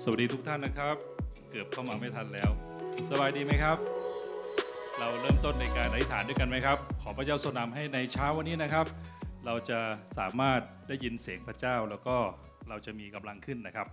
วัสดีทุกท่านนะครับเกือบเข้ามาไม่ทันแล้วสบายดีไหมครับเราเริ่มต้นในการอธิษฐานด้วยกันไหมครับขอพระเจ้าทรงนำให้ในเช้าวันนี้นะครับเราจะสามารถได้ยินเสียงพระเจ้าแล้วก็เราจะมีกำลังขึ้นนะครับ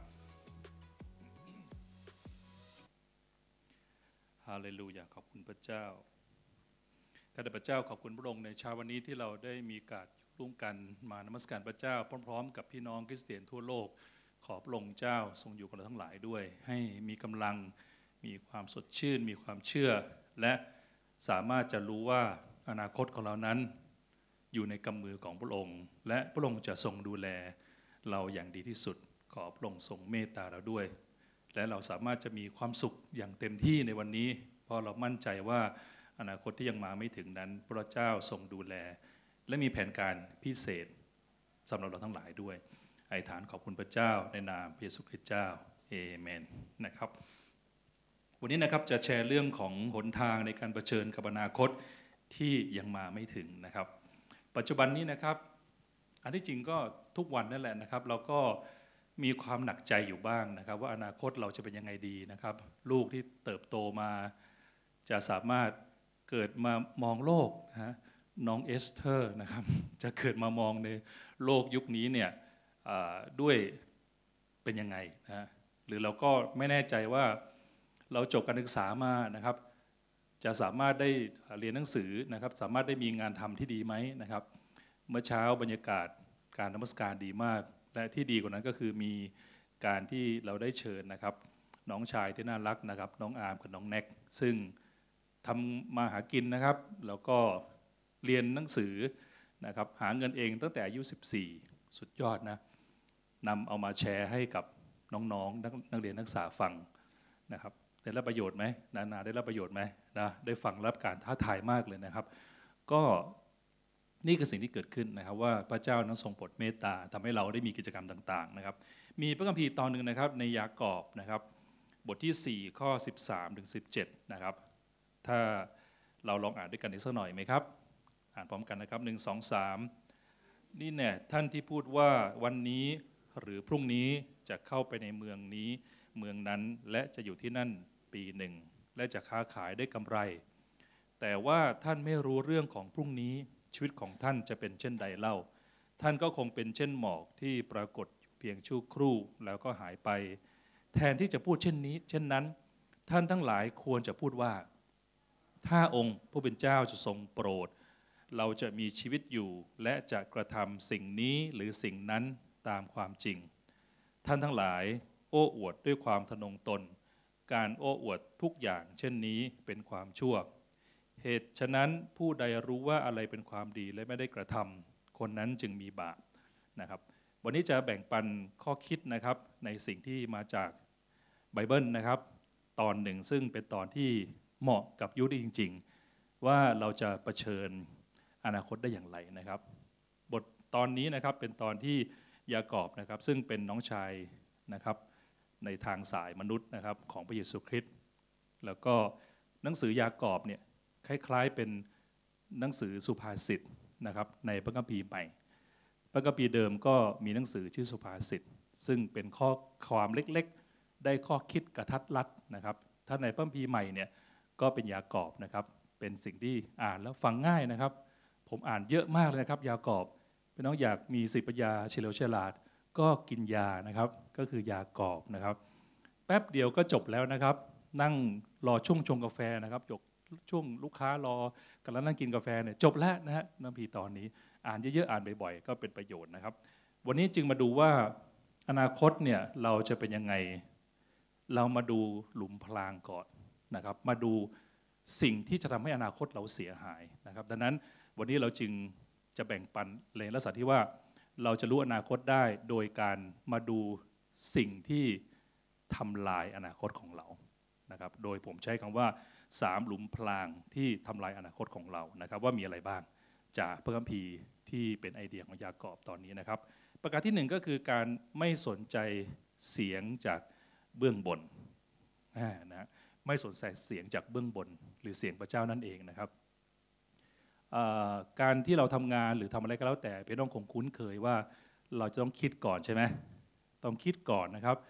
ฮาเลลูยาขอบคุณพระเจ้าข้าแต่พระเจ้าขอบคุณพระองค์ในเช้าวันนี้ที่เราได้มีโอกาสร่วมกันมานมัสการพระเจ้าพร้อมๆกับพี่น้องคริสเตียนทั่วโลกขอพระองค์เจ้าทรงอยู่กับเราทั้งหลายด้วยให้มีกำลังมีความสดชื่นมีความเชื่อและสามารถจะรู้ว่าอนาคตของเรานั้นอยู่ในกำมือของพระองค์และพระองค์จะทรงดูแลเราอย่างดีที่สุดขอพระองค์ทรงเมตตาเราด้วยและเราสามารถจะมีความสุขอย่างเต็มที่ในวันนี้เพราะเรามั่นใจว่าอนาคตที่ยังมาไม่ถึงนั้นพระเจ้าทรงดูแลและมีแผนการพิเศษสำหรับเราทั้งหลายด้วยอธิษฐานขอบคุณพระเจ้าในนามพระเยซูคริสต์เจ้าเอเมนนะครับวันนี้นะครับจะแชร์เรื่องของหนทางในการเผชิญกับอนาคตที่ยังมาไม่ถึงนะครับปัจจุบันนี้นะครับอันที่จริงก็ทุกวันนั่นแหละนะครับเราก็มีความหนักใจอยู่บ้างนะครับว่าอนาคตเราจะเป็นยังไงดีนะครับลูกที่เติบโตมาจะสามารถเกิดมามองโลกนะน้องเอสเธอร์นะครับจะเกิดมามองในโลกยุคนี้เนี่ยด้วยเป็นยังไงนะหรือเราก็ไม่แน่ใจว่าเราจบการศึกษามานะครับจะสามารถได้เรียนหนังสือนะครับสามารถได้มีงานทำที่ดีไหมนะครับเมื่อเช้าบรรยากาศการนมัสการดีมากและที่ดีกว่านั้นก็คือมีการที่เราได้เชิญนะครับน้องชายที่น่ารักนะครับน้องอาร์มกับน้องแน็กซึ่งทำมาหากินนะครับแล้วก็เรียนหนังสือนะครับหาเงินเองตั้งแต่อายุ14สุดยอดนะนำเอามาแชร์ให้กับน้องๆนักเรียนนักศึกษาฟังนะครับได้รับประโยชน์ไหมนาได้รับประโยชน์ไหมนะได้ฟังรับการท้าทายมากเลยนะครับก็นี่คือสิ่งที่เกิดขึ้นนะครับว่าพระเจ้านั้นทรงโปรดเมตตาทำให้เราได้มีกิจกรรมต่างๆนะครับมีพระคัมภีร์ตอนหนึ่งนะครับในยากอบนะครับบทที่4ข้อ13ถึง17นะครับถ้าเราลองอ่านด้วยกันอีกสักหน่อยไหมครับอ่านพร้อมกันนะครับ1 2 3นี่แน่ท่านที่พูดว่าวันนี้หรือพรุ่งนี้จะเข้าไปในเมืองนี้เมืองนั้นและจะอยู่ที่นั่นปีหนึ่งและจะค้าขายได้กำไรแต่ว่าท่านไม่รู้เรื่องของพรุ่งนี้ชีวิตของท่านจะเป็นเช่นใดเล่าท่านก็คงเป็นเช่นหมอกที่ปรากฏเพียงชั่วครู่แล้วก็หายไปแทนที่จะพูดเช่นนี้เช่นนั้นท่านทั้งหลายควรจะพูดว่าถ้าองค์ผู้เป็นเจ้าจะทรงโปรดเราจะมีชีวิตอยู่และจะกระทำสิ่งนี้หรือสิ่งนั้นตามความจริงท่านทั้งหลายโอ้อวดด้วยความทะนงตนการโอ้อวดทุกอย่างเช่นนี้เป็นความชั่วเหตุฉะนั้นผู้ใดรู้ว่าอะไรเป็นความดีและไม่ได้กระทำคนนั้นจึงมีบาปนะครับวันนี้จะแบ่งปันข้อคิดนะครับในสิ่งที่มาจากไบเบิลนะครับตอนหนึ่งซึ่งเป็นตอนที่เหมาะกับยุคนี้จริงๆว่าเราจะเผชิญอนาคตได้อย่างไรนะครับบทตอนนี้นะครับเป็นตอนที่ยากอบนะครับซึ่งเป็นน้องชายนะครับในทางสายมนุษย์นะครับของพระเยซูคริสต์แล้วก็หนังสือยากอบเนี่ยคล้ายๆเป็นหนังสือสุภาษิตนะครับในพระคัมภีร์ใหม่พระคัมภีร์เดิมก็มีหนังสือชื่อสุภาษิตซึ่งเป็นข้อความเล็กๆได้ข้อคิดกระทัดรัดนะครับถ้าในพระคัมภีร์ใหม่เนี่ยก็เป็นยากอบนะครับเป็นสิ่งที่อ่านแล้วฟังง่ายนะครับผมอ่านเยอะมากเลยนะครับยากอบพี่น้องอยากมีสติปัญญาเฉลียวฉลาดก็กินยานะครับก็คือยากอบนะครับแป๊บเดียวก็จบแล้วนะครับนั่งรอช่วงชงกาแฟนะครับช่วงลูกค้ารอกันแล้วนั่งกินกาแฟเนี่ยจบแล้วนะฮะน้ำพีตอนนี้อ่านเยอะๆอ่านบ่อยๆก็เป็นประโยชน์นะครับวันนี้จึงมาดูว่าอนาคตเนี่ยเราจะเป็นยังไงเรามาดูหลุมพรางก่อนนะครับมาดูสิ่งที่จะทำให้อนาคตเราเสียหายนะครับดังนั้นวันนี้เราจึงจะแบ่งปันในลักษณะที่ว่าเราจะรู้อนาคตได้โดยการมาดูสิ่งที่ทำลายอนาคตของเรานะครับโดยผมใช้คำว่า3หลุมพรางที่ทำลายอนาคตของเรานะครับว่ามีอะไรบ้างจากพระคัมภีร์ที่เป็นไอเดียของยากอบตอนนี้นะครับประการที่1ก็คือการไม่สนใจเสียงจากเบื้องบนนะไม่สนใจเสียงจากเบื้องบนหรือเสียงพระเจ้านั่นเองนะครับการที่เราทำงานหรือทำอะไรก็แล้วแต่พี่น้องคงคุ้นเคยว่าเราจะต้องคิดก่อนใช่ไหมต้องคิดก่อนนะครับ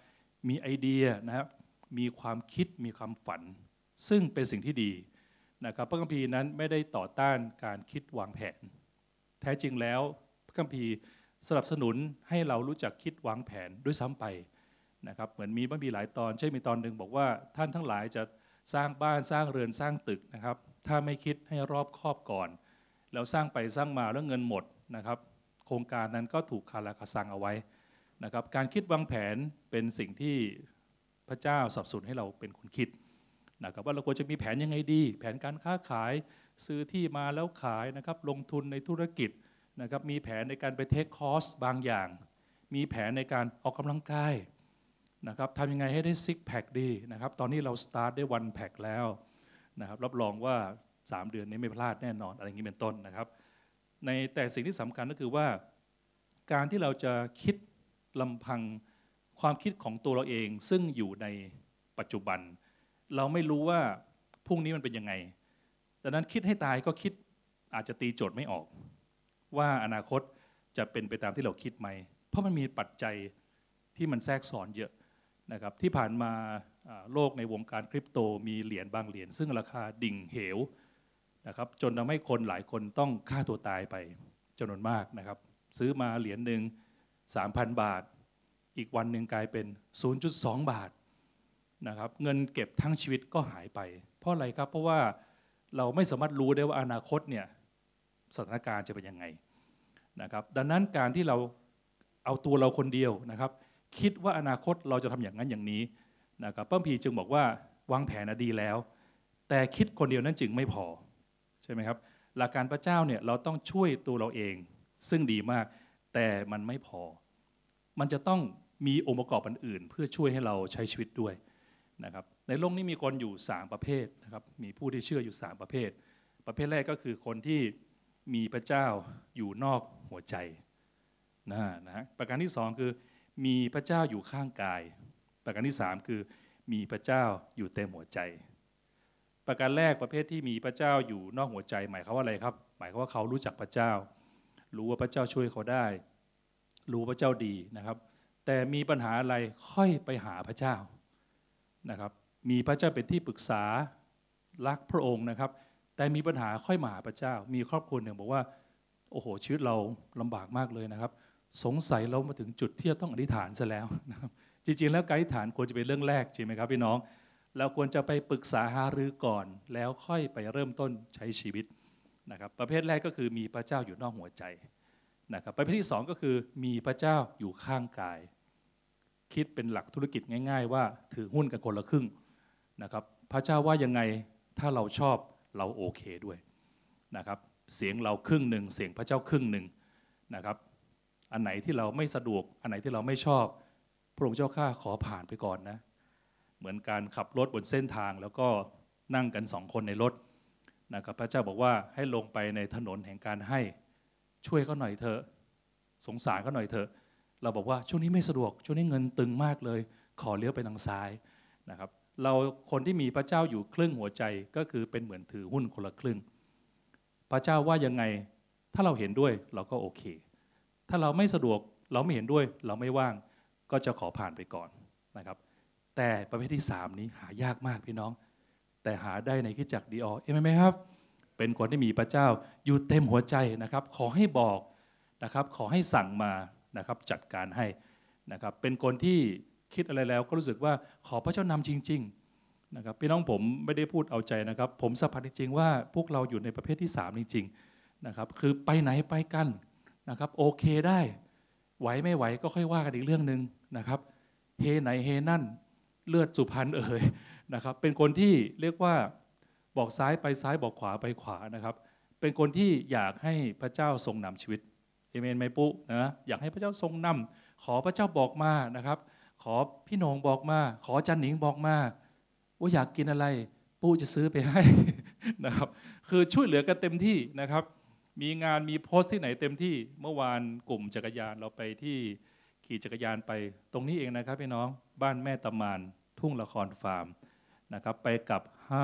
มีไอเดียนะครับมีความคิดมีความฝันซึ่งเป็นสิ่งที่ดีนะครับพระคัมภีร์นั้นไม่ได้ต่อต้านการคิดวางแผนแท้จริงแล้วพระคัมภีร์สนับสนุนให้เรารู้จักคิดวางแผนด้วยซ้ำไปนะครับเหมือนมีพระคัมภีร์หลายตอนเช่นมีตอนหนึ่งบอกว่าท่านทั้งหลายจะสร้างบ้านสร้างเรือนสร้างตึกนะครับถ้าไม่คิดให้รอบคอบก่อนแล้วสร้างไปสร้างมาแล้วเงินหมดนะครับโครงการนั้นก็ถูกคาราคาซังเอาไว้นะครับการคิดวางแผนเป็นสิ่งที่พระเจ้าสนับสนุนให้เราเป็นคนคิดนะครับว่าเราควรจะมีแผนยังไงดีแผนการค้าขายซื้อที่มาแล้วขายนะครับลงทุนในธุรกิจนะครับมีแผนในการไปเทคคอร์สบางอย่างมีแผนในการออกกำลังกายนะครับทำยังไงให้ได้ซิกแพคดีนะครับตอนนี้เราสตาร์ทได้วันแพคแล้วนะครับรับรองว่า3 เดือนนี้ไม่พลาดแน่นอนอะไรอย่างนี้เป็นต้นนะครับแต่สิ่งที่สำคัญก็คือว่าการที่เราจะคิดลำพังความคิดของตัวเราเองซึ่งอยู่ในปัจจุบันเราไม่รู้ว่าพรุ่งนี้มันเป็นยังไงดังนั้นคิดให้ตายก็คิดอาจจะตีโจทย์ไม่ออกว่าอนาคตจะเป็นไปตามที่เราคิดไหมเพราะมันมีปัจจัยที่มันแทรกซ้อนเยอะนะครับที่ผ่านมาโลกในวงการคริปโตมีเหรียญบางเหรียญซึ่งราคาดิ่งเหวนะครับจนทำให้คนหลายคนต้องฆ่าตัวตายไปจำนวนมากนะครับซื้อมาเหรียญหนึ่ง 3,000 บาทอีกวันหนึ่งกลายเป็น 0.2 บาทนะครับเงินเก็บทั้งชีวิตก็หายไปเพราะอะไรครับเพราะว่าเราไม่สามารถรู้ได้ว่าอนาคตเนี่ยสถานการณ์จะเป็นยังไงนะครับดังนั้นการที่เราเอาตัวเราคนเดียวนะครับคิดว่าอนาคตเราจะทำอย่างนั้นอย่างนี้นะครับพระคัมภีร์จึงบอกว่าวางแผนดีแล้วแต่คิดคนเดียวนั้นจึงไม่พอใช่ไหมครับหลักการพระเจ้าเนี่ยเราต้องช่วยตัวเราเองซึ่งดีมากแต่มันไม่พอมันจะต้องมีองค์ประกอบอื่นๆเพื่อช่วยให้เราใช้ชีวิตด้วยนะครับในโลกนี้มีคนอยู่3ประเภทนะครับมีผู้ที่เชื่ออยู่3ประเภทประเภทแรกก็คือคนที่มีพระเจ้าอยู่นอกหัวใจนะฮะประการที่2คือมีพระเจ้าอยู่ข้างกายประการที่3คือมีพระเจ้าอยู่เต็มหัวใจประการแรกประเภทที่มีพระเจ้าอยู่นอกหัวใจหมายความว่าอะไรครับหมายความว่าเขารู้จักพระเจ้ารู้ว่าพระเจ้าช่วยเขาได้รู้พระเจ้าดีนะครับแต่มีปัญหาอะไรค่อยไปหาพระเจ้านะครับมีพระเจ้าเป็นที่ปรึกษารักพระองค์นะครับแต่มีปัญหาค่อยมาหาพระเจ้ามีครอบครัวหนึ่งบอกว่าโอ้โหชีวิตเราลำบากมากเลยนะครับสงสัยเรามาถึงจุดที่จะต้องอธิษฐานซะแล้วนะครับจริงๆแล้วการอธิษฐานควรจะเป็นเรื่องแรกจริงไหมครับพี่น้องเราควรจะไปปรึกษาหารือก่อนแล้วค่อยไปเริ่มต้นใช้ชีวิตนะครับประเภทแรกก็คือมีพระเจ้าอยู่นอกหัวใจนะครับประเภทที่2ก็คือมีพระเจ้าอยู่ข้างกายคิดเป็นหลักธุรกิจง่ายๆว่าถือหุ้นกันคนละครึ่งนะครับพระเจ้าว่ายังไงถ้าเราชอบเราโอเคด้วยนะครับเสียงเราครึ่งหนึ่งเสียงพระเจ้าครึ่งหนึ่งนะครับอันไหนที่เราไม่สะดวกอันไหนที่เราไม่ชอบพระองค์เจ้าข้าขอผ่านไปก่อนนะเหมือนการขับรถบนเส้นทางแล้วก็นั่งกัน2 คนในรถนะครับพระเจ้าบอกว่าให้ลงไปในถนนแห่งการให้ช่วยเขาหน่อยเถอะสงสารเขาหน่อยเถอะเราบอกว่าช่วงนี้ไม่สะดวกช่วงนี้เงินตึงมากเลยขอเลี้ยวไปทางซ้ายนะครับเราคนที่มีพระเจ้าอยู่ครึ่งหัวใจก็คือเป็นเหมือนถือหุ้นคนละครึ่งพระเจ้าว่ายังไงถ้าเราเห็นด้วยเราก็โอเคถ้าเราไม่สะดวกเราไม่เห็นด้วยเราไม่ว่างก็จะขอผ่านไปก่อนนะครับแต่ประเภทที่3นี้หายากมากพี่น้องแต่หาได้ในคริสตจักรดีออเห็นไหมครับเป็นคนที่มีพระเจ้าอยู่เต็มหัวใจนะครับขอให้บอกนะครับขอให้สั่งมานะครับจัดการให้นะครับเป็นคนที่คิดอะไรแล้วก็รู้สึกว่าขอพระเจ้านำจริงๆนะครับพี่น้องผมไม่ได้พูดเอาใจนะครับผมสัมผัสจริงๆว่าพวกเราอยู่ในประเภทที่3จริงๆนะครับคือไปไหนไปกันนะครับโอเคได้ไหวไม่ไหวก็ค่อยว่ากันอีกเรื่องนึงนะครับเฮไหนเฮนั่นเลือดสุพรรณนะครับเป็นคนที่เรียกว่าบอกซ้ายไปซ้ายบอกขวาไปขวานะครับเป็นคนที่อยากให้พระเจ้าทรงนำชีวิตเอเมนไหมปุ๊นะอยากให้พระเจ้าทรงนำขอพระเจ้าบอกมานะครับขอพี่น้องบอกมาขอจันหนิงบอกมาว่าอยากกินอะไรปู่จะซื้อไปให้นะครับคือช่วยเหลือกันเต็มที่นะครับมีงานมีโพสต์ที่ไหนเต็มที่เมื่อวานกลุ่มจักรยานเราไปที่ขี่จักรยานไปตรงนี้เองนะครับพี่น้องบ้านแม่ตะมานทุ่งละครฟาร์มนะครับไปกับ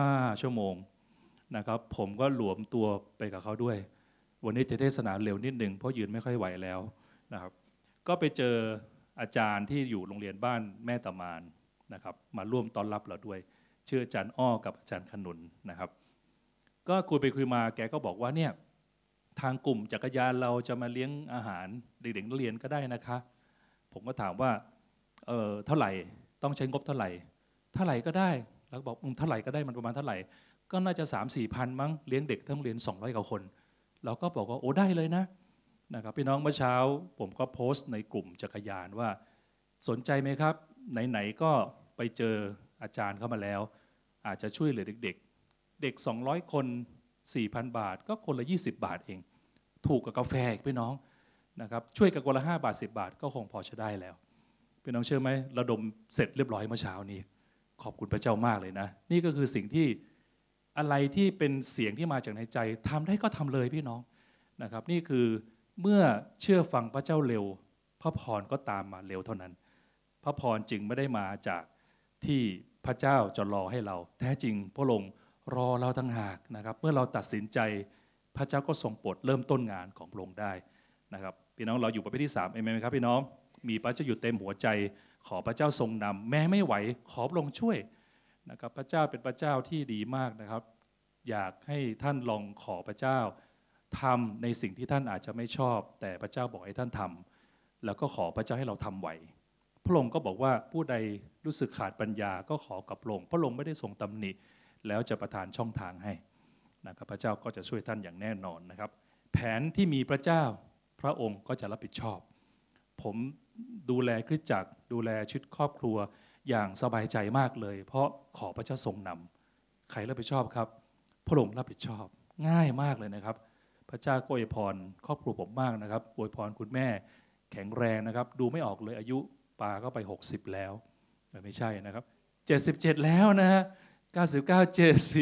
5 ชั่วโมงนะครับผมก็หลวมตัวไปกับเขาด้วยวันนี้จะเทศนาเร็วนิดหนึ่งเพราะยืนไม่ค่อยไหวแล้วนะครับก็ไปเจออาจารย์ที่อยู่โรงเรียนบ้านแม่ตะมานนะครับมาร่วมต้อนรับเราด้วยชื่ออาจารย์อ้อกับอาจารย์ขนุนนะครับก็คุยไปคุยมาแกก็บอกว่าเนี่ยทางกลุ่มจักรยานเราจะมาเลี้ยงอาหารเด็กๆนักเรียนก็ได้นะคะผมก็ถามว่าเท่าไหร่ต้องใช้งบเท่าไหร่ก็ได้แล้วก็บอกเท่าไหร่ก็ได้มันประมาณเท่าไหร่ก็น่าจะ 3-4 พันมั้งเลี้ยงเด็กทั้งเรียน200 กว่าคนเราก็บอกว่าโอ้ได้เลยนะครับพี่น้องเมื่อเช้าผมก็โพสต์ในกลุ่มจักรยานว่าสนใจไหมครับไหนๆก็ไปเจออาจารย์เข้ามาแล้วอาจจะช่วยเหลือเด็กๆเด็ก200 คน 4,000 บาทก็คนละ20 บาทเองถูกกับกาแฟพี่น้องนะครับช่วยกันคนละ5 บาท 10 บาทก็คงพอจะได้แล้วพี่น้องเชื่อไหมระดมเสร็จเรียบร้อยเมื่อเช้านี้ขอบคุณพระเจ้ามากเลยนะนี่ก็คือสิ่งที่อะไรที่เป็นเสียงที่มาจากในใจทำได้ก็ทำเลยพี่น้องนะครับนี่คือเมื่อเชื่อฟังพระเจ้าเร็วพระพรก็ตามมาเร็วเท่านั้นพระพรจึงไม่ได้มาจากที่พระเจ้าจะรอให้เราแท้จริงพระองค์รอเราต่างหากนะครับเมื่อเราตัดสินใจพระเจ้าก็ทรงโปรดเริ่มต้นงานของพระองค์ได้นะครับพี่น้องเราอยู่ประเภทที่3เอเมนไหมครับพี่น้องมีพระเจ้าอยู่เต็มหัวใจขอพระเจ้าทรงนำแม้ไม่ไหวขอพระองค์ช่วยนะครับพระเจ้าเป็นพระเจ้าที่ดีมากนะครับอยากให้ท่านลองขอพระเจ้าทำในสิ่งที่ท่านอาจจะไม่ชอบแต่พระเจ้าบอกให้ท่านทำแล้วก็ขอพระเจ้าให้เราทำไหวพระองค์ก็บอกว่าผู้ใดรู้สึกขาดปัญญาก็ขอกับพระองค์พระองค์ไม่ได้ทรงตำหนิแล้วจะประทานช่องทางให้นะครับพระเจ้าก็จะช่วยท่านอย่างแน่นอนนะครับแผนที่มีพระเจ้าพระองค์ก็จะรับผิดชอบผมดูแลคริสตจักรดูแลชีวิตครอบครัวอย่างสบายใจมากเลยเพราะขอพระเจ้าทรงนำใครรับผิดชอบครับพระองค์รับผิดชอบง่ายมากเลยนะครับพระเจ้าก็อวยพรครอบครัวผมมากนะครับอวยพรคุณแม่แข็งแรงนะครับดูไม่ออกเลยอายุปาก็ไป60แล้วไม่ใช่นะครับ77แล้วนะฮะ99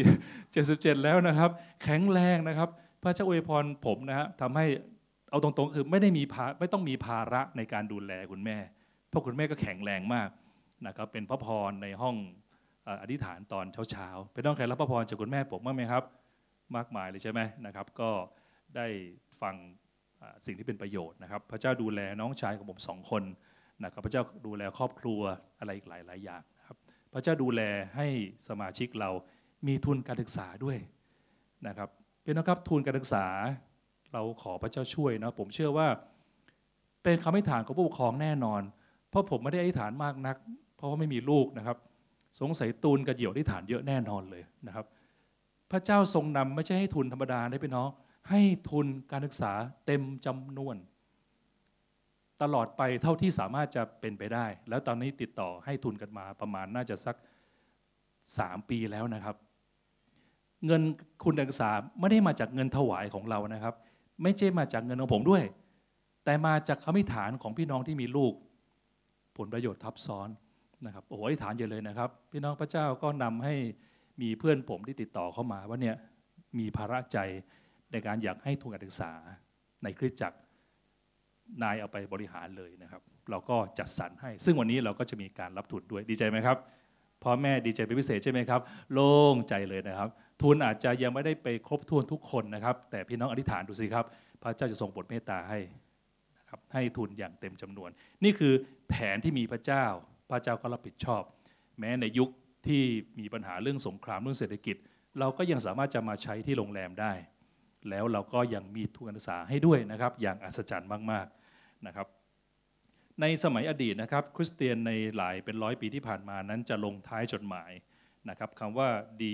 77แล้วนะครับแข็งแรงนะครับพระเจ้าอวยพรผมนะฮะทำให้เอาตรงๆคือไม่ต้องมีภาระในการดูแลคุณแม่เพราะคุณแม่ก็แข็งแรงมากนะครับเป็นพระพรในห้องอธิษฐานตอนเช้าๆเป็นต้องใครรับพระพรจากคุณแม่ผมบ้างไหมครับมากมายเลยใช่ไหมนะครับก็ได้ฟังสิ่งที่เป็นประโยชน์นะครับพระเจ้าดูแลน้องชายของผม2 คนนะครับพระเจ้าดูแลครอบครัวอะไรอีกหลายอย่างนะครับพระเจ้าดูแลให้สมาชิกเรามีทุนการศึกษาด้วยนะครับเป็นนะครับทุนการศึกษาเราขอพระเจ้าช่วยนะผมเชื่อว่าเป็นคำอธิษฐานของผู้ปกครองแน่นอนเพราะผมไม่ได้อธิษฐานมากนักเพราะว่าไม่มีลูกนะครับสงสัยตูนกับเหยี่ยวอธิษฐานเยอะแน่นอนเลยนะครับพระเจ้าทรงนำไม่ใช่ให้ทุนธรรมดาได้พี่น้องให้ทุนการศึกษาเต็มจำนวนตลอดไปเท่าที่สามารถจะเป็นไปได้แล้วตอนนี้ติดต่อให้ทุนกันมาประมาณน่าจะสัก3 ปีแล้วนะครับเงินคุณการศึกษาไม่ได้มาจากเงินถวายของเรานะครับไม่ใช่มาจากเงินของผมด้วยแต่มาจากคำอธิษฐานของพี่น้องที่มีลูกผลประโยชน์ทับซ้อนนะครับโอ้โหอธิษฐานเยอะเลยนะครับพี่น้องพระเจ้าก็นำให้มีเพื่อนผมที่ติดต่อเข้ามาว่าเนี่ยมีภาระใจในการอยากให้ทุนการศึกษาในคริสตจักรนายเอาไปบริหารเลยนะครับเราก็จัดสรรให้ซึ่งวันนี้เราก็จะมีการรับทุนด้วยดีใจไหมครับพ่อแม่ดีใจเป็นพิเศษใช่ไหมครับโล่งใจเลยนะครับทุนอาจจะยังไม่ได้ไปครบถ้วนทุกคนนะครับแต่พี่น้องอธิษฐานดูสิครับพระเจ้าจะทรงโปรดเมตตาให้นะครับให้ทุนอย่างเต็มจำนวนนี่คือแผนที่มีพระเจ้าก็รับผิดชอบแม้ในยุคที่มีปัญหาเรื่องสงครามเรื่องเศรษฐกิจเราก็ยังสามารถจะมาใช้ที่โรงแรมได้แล้วเราก็ยังมีทุนการศึกษาให้ด้วยนะครับอย่างอัศจรรย์มากๆนะครับในสมัยอดีตนะครับคริสเตียนในหลายเป็น100 ปีที่ผ่านมานั้นจะลงท้ายจดหมายนะครับคำว่า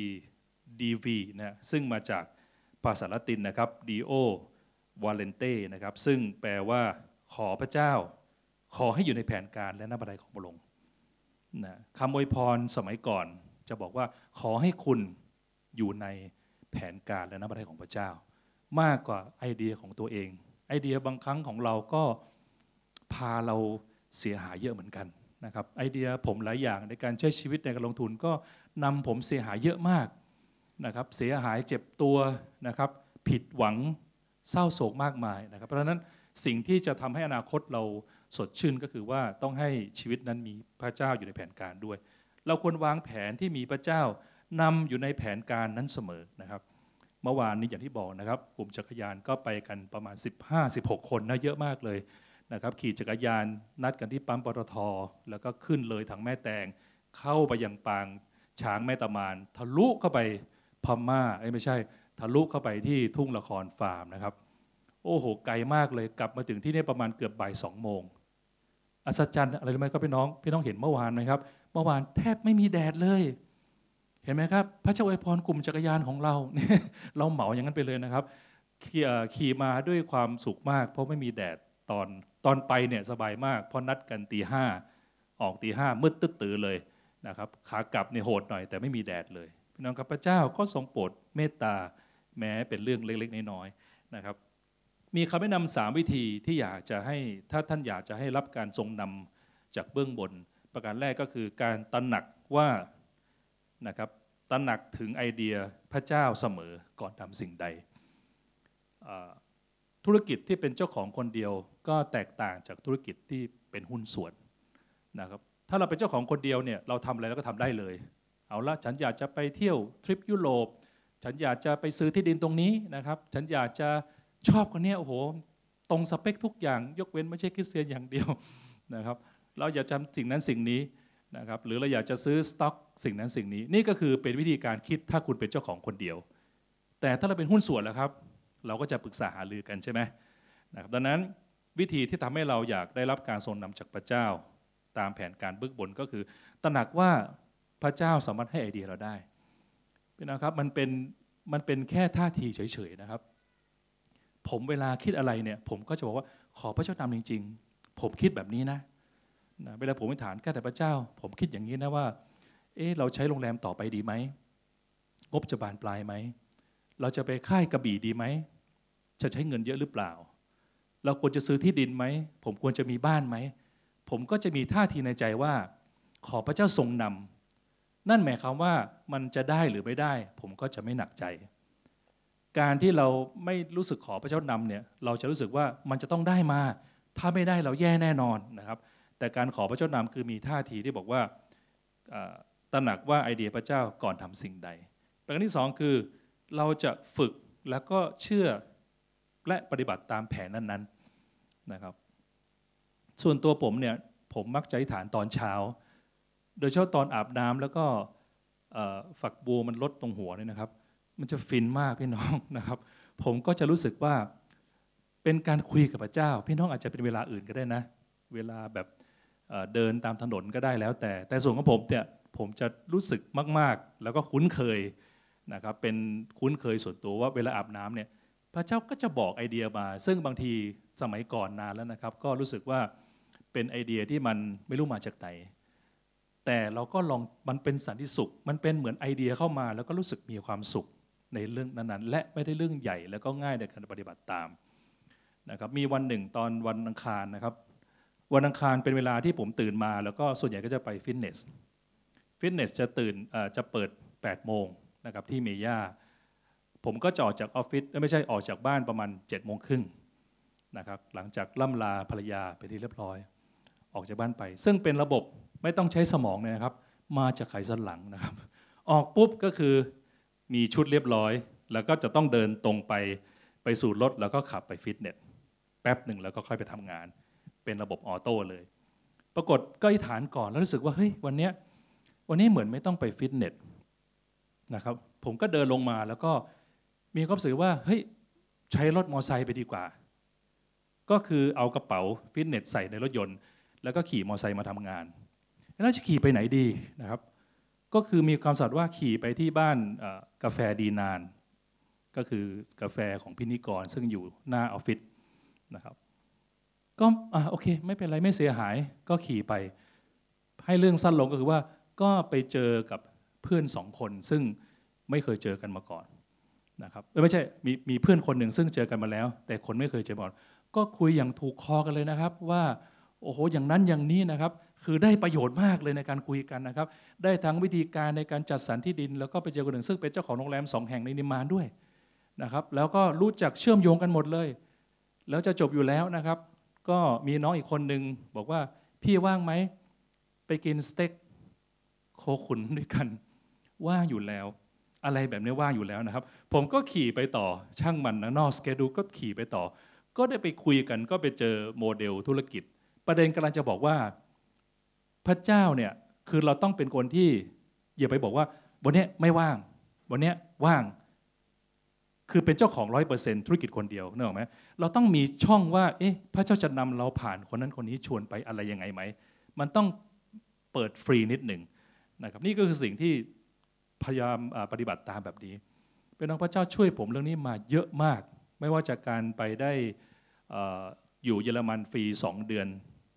DV นะซึ่งมาจากภาษาละตินนะครับ Dio Valente นะครับซึ่งแปลว่าขอพระเจ้าขอให้อยู่ในแผนการและน้ำพระทัยของพระองค์นะคำอวยพรสมัยก่อนจะบอกว่าขอให้คุณอยู่ในแผนการและน้ำพระทัยของพระเจ้ามากกว่าไอเดียของตัวเองไอเดียบางครั้งของเราก็พาเราเสียหายเยอะเหมือนกันนะครับไอเดียผมหลายอย่างในการใช้ชีวิตในการลงทุนก็นำผมเสียหายเยอะมากนะครับเสียหายเจ็บตัวนะครับผิดหวังเศร้าโศกมากมายนะครับเพราะฉะนั้นสิ่งที่จะทำให้อนาคตเราสดชื่นก็คือว่าต้องให้ชีวิตนั้นมีพระเจ้าอยู่ในแผนการด้วยเราควรวางแผนที่มีพระเจ้านำอยู่ในแผนการนั้นเสมอนะครับเมื่อวานนี้อย่างที่บอกนะครับกลุ่มจักรยานก็ไปกันประมาณ15-16 คนนะเยอะมากเลยนะครับขี่จักรยานนัดกันที่ปั๊มปตท.แล้วก็ขึ้นเลยถังแม่แตงเข้าไปยังปางช้างแม่ตะมานทะลุเข้าไปพม่าไม่ใช่ทะลุเข้าไปที่ทุ่งละครฟาร์มนะครับโอ้โหไกลมากเลยกลับมาถึงที่นี่ประมาณเกือบบ่าย2 โมงอัศจรรย์อะไรรู้ไหมครับพี่น้องเห็นเมื่อวานไหมครับเมื่อวานแทบไม่มีแดดเลยเห็นไหมครับพระเจ้าอวยพรกลุ่มจักรยานของเราเราเหมาอย่างนั้นไปเลยนะครับขี่มาด้วยความสุขมากเพราะไม่มีแดดตอนไปเนี่ยสบายมากเพราะนัดกันตี 5ออกตี 5มืดตึ๊ดตื่นเลยนะครับขากลับเนี่ยโหดหน่อยแต่ไม่มีแดดเลยพี่น้องครับพระเจ้าก็ทรงโปรดเมตตาแม้เป็นเรื่องเล็กๆน้อยๆนะครับมีคำแนะนำ3 วิธีที่อยากจะให้ถ้าท่านอยากจะให้รับการทรงนำจากเบื้องบนประการแรกก็คือการตระหนักว่านะครับตระหนักถึงไอเดียพระเจ้าเสมอก่อนทำสิ่งใดธุรกิจที่เป็นเจ้าของคนเดียวก็แตกต่างจากธุรกิจที่เป็นหุ้นส่วนนะครับถ้าเราเป็นเจ้าของคนเดียวเนี่ยเราทำอะไรเราก็ทำได้เลยเอาละฉันอยากจะไปเที่ยวทริปยุโรปฉันอยากจะไปซื้อที่ดินตรงนี้นะครับฉันอยากจะชอบคนนี้โอ้โหตรงสเปคทุกอย่างยกเว้นไม่ใช่คริสเตียนอย่างเดียวนะครับเราอยากจะสิ่งนั้นสิ่งนี้นะครับหรือเราอยากจะซื้อสต็อกสิ่งนั้นสิ่งนี้นี่ก็คือเป็นวิธีการคิดถ้าคุณเป็นเจ้าของคนเดียวแต่ถ้าเราเป็นหุ้นส่วนแล้วครับเราก็จะปรึกษาหารือกันใช่ไหมนะครับดังนั้นวิธีที่ทำให้เราอยากได้รับการทรงนำจากพระเจ้าตามแผนการเบื้องบนก็คือตระหนักว่าพระเจ้าสามารถให้ไอเดียเราได้พี่น้องครับมันเป็นแค่ท่าทีเฉยๆนะครับผมเวลาคิดอะไรเนี่ยผมก็จะบอกว่าขอพระเจ้านำจริงๆผมคิดแบบนี้นะเวลาผมอธิษฐานแค่แต่พระเจ้าผมคิดอย่างนี้นะว่าเราใช้โรงแรมต่อไปดีไหมงบจะบานปลายไหมเราจะไปค่ายกระบี่ดีไหมจะใช้เงินเยอะหรือเปล่าเราควรจะซื้อที่ดินไหมผมควรจะมีบ้านไหมผมก็จะมีท่าทีในใจว่าขอพระเจ้าทรงนำนั่นหมายความว่ามันจะได้หรือไม่ได้ผมก็จะไม่หนักใจการที่เราไม่รู้สึกขอพระเจ้านำเนี่ยเราจะรู้สึกว่ามันจะต้องได้มาถ้าไม่ได้เราแย่แน่นอนนะครับแต่การขอพระเจ้านำคือมีท่าทีที่บอกว่าตระหนักว่าไอเดียพระเจ้าก่อนทำสิ่งใดประการที่2คือเราจะฝึกแล้วก็เชื่อและปฏิบัติตามแผนนั้นๆนะครับส่วนตัวผมเนี่ยผมมักจะอธิษฐานตอนเช้าโดยเฉพาะตอนอาบน้ำแล้วก็ฝักบัวมันลดตรงหัวเนี่ยนะครับมันจะฟินมากพี่น้องนะครับผมก็จะรู้สึกว่าเป็นการคุยกับพระเจ้าพี่น้องอาจจะเป็นเวลาอื่นก็ได้นะเวลาแบบเดินตามถนนก็ได้แล้วแต่ส่วนของผมเนี่ยผมจะรู้สึกมากๆแล้วก็คุ้นเคยนะครับเป็นคุ้นเคยส่วนตัวว่าเวลาอาบน้ำเนี่ยพระเจ้าก็จะบอกไอเดียมาซึ่งบางทีสมัยก่อนนานแล้วนะครับก็รู้สึกว่าเป็นไอเดียที่มันไม่รู้มาจากไหนแต่เราก็ลองมันเป็นสันติสุขมันเป็นเหมือนไอเดียเข้ามาแล้วก็รู้สึกมีความสุขในเรื่องนั้นๆและไม่ได้เรื่องใหญ่แล้วก็ง่ายในการปฏิบัติตามนะครับมีวันหนึ่งตอนวันอังคารนะครับวันอังคารเป็นเวลาที่ผมตื่นมาแล้วก็ส่วนใหญ่ก็จะไปฟิตเนสจะจะเปิด8 โมงนะครับที่เมย่าผมก็จะออกจากออฟฟิศไม่ใช่ออกจากบ้านประมาณ7 โมงครึ่งนะครับหลังจากล่ำลาภรรยาไปที่เรียบร้อยออกจากบ้านไปซึ่งเป็นระบบไม่ต้องใช้สมองเลยนะครับมาจากไขสันหลังนะครับออกปุ๊บก็คือมีชุดเรียบร้อยแล้วก็จะต้องเดินตรงไปสู่รถแล้วก็ขับไปฟิตเนสแป๊บหนึ่งแล้วก็ค่อยไปทำงานเป็นระบบออโต้เลยปรากฏก็อธิษฐานก่อนแล้วรู้สึกว่าเฮ้ยวันนี้เหมือนไม่ต้องไปฟิตเนสนะครับผมก็เดินลงมาแล้วก็มีความรู้สึกว่าเฮ้ยใช้รถมอเตอร์ไซค์ไปดีกว่าก็คือเอากระเป๋าฟิตเนสใส่ในรถยนต์แล้วก็ขี่มอเตอร์ไซค์มาทำงานแล้วจะขี่ไปไหนดีนะครับก็คือมีความสัตย์ว่าขี่ไปที่บ้านกาแฟดีนานก็คือกาแฟของพินิกรซึ่งอยู่หน้าออฟฟิศนะครับก็โอเคไม่เป็นไรไม่เสียหายก็ขี่ไปให้เรื่องสั้นลงก็คือว่าก็ไปเจอกับเพื่อน2 คนซึ่งไม่เคยเจอกันมาก่อนนะครับไม่ใช่มีเพื่อนคนหนึ่งซึ่งเจอกันมาแล้วแต่คนไม่เคยเจอมาก่อนก็คุยอย่างถูกคอกันเลยนะครับว่าโอ้โหอย่างนั้นอย่างนี้นะครับคือได้ประโยชน์มากเลยในการคุยกันนะครับได้ทั้งวิธีการในการจัดสรรที่ดินแล้วก็ไปเจอคนหนึ่งซึ่งเป็นเจ้าของโรงแรม2 แห่งในนิมมานด้วยนะครับแล้วก็รู้จักเชื่อมโยงกันหมดเลยแล้วจะจบอยู่แล้วนะครับก็มีน้องอีกคนหนึ่งบอกว่าพี่ว่างไหมไปกินสเต็กโคขุนด้วยกันว่างอยู่แล้วอะไรแบบนี้ว่างอยู่แล้วนะครับผมก็ขี่ไปต่อช่างมันนะนอกสเกดูก็ขี่ไปต่อก็ได้ไปคุยกันก็ไปเจอโมเดลธุรกิจประเด็นกำลังจะบอกว่าพระเจ้าเนี่ยคือเราต้องเป็นคนที่อย่าไปบอกว่าวันนี้ไม่ว่างวันนี้ว่างคือเป็นเจ้าของ 100% ธุรกิจคนเดียวนึกออกไหมเราต้องมีช่องว่าเอ๊ะพระเจ้าจะนำเราผ่านคนนั้นคนนี้ชวนไปอะไรยังไงไหมมันต้องเปิดฟรีนิดหนึ่งนะครับนี่ก็คือสิ่งที่พยายามปฏิบัติตามแบบนี้เป็นน้องพระเจ้าช่วยผมเรื่องนี้มาเยอะมากไม่ว่าจากการไปได้อยู่เยอรมันฟรี2 เดือน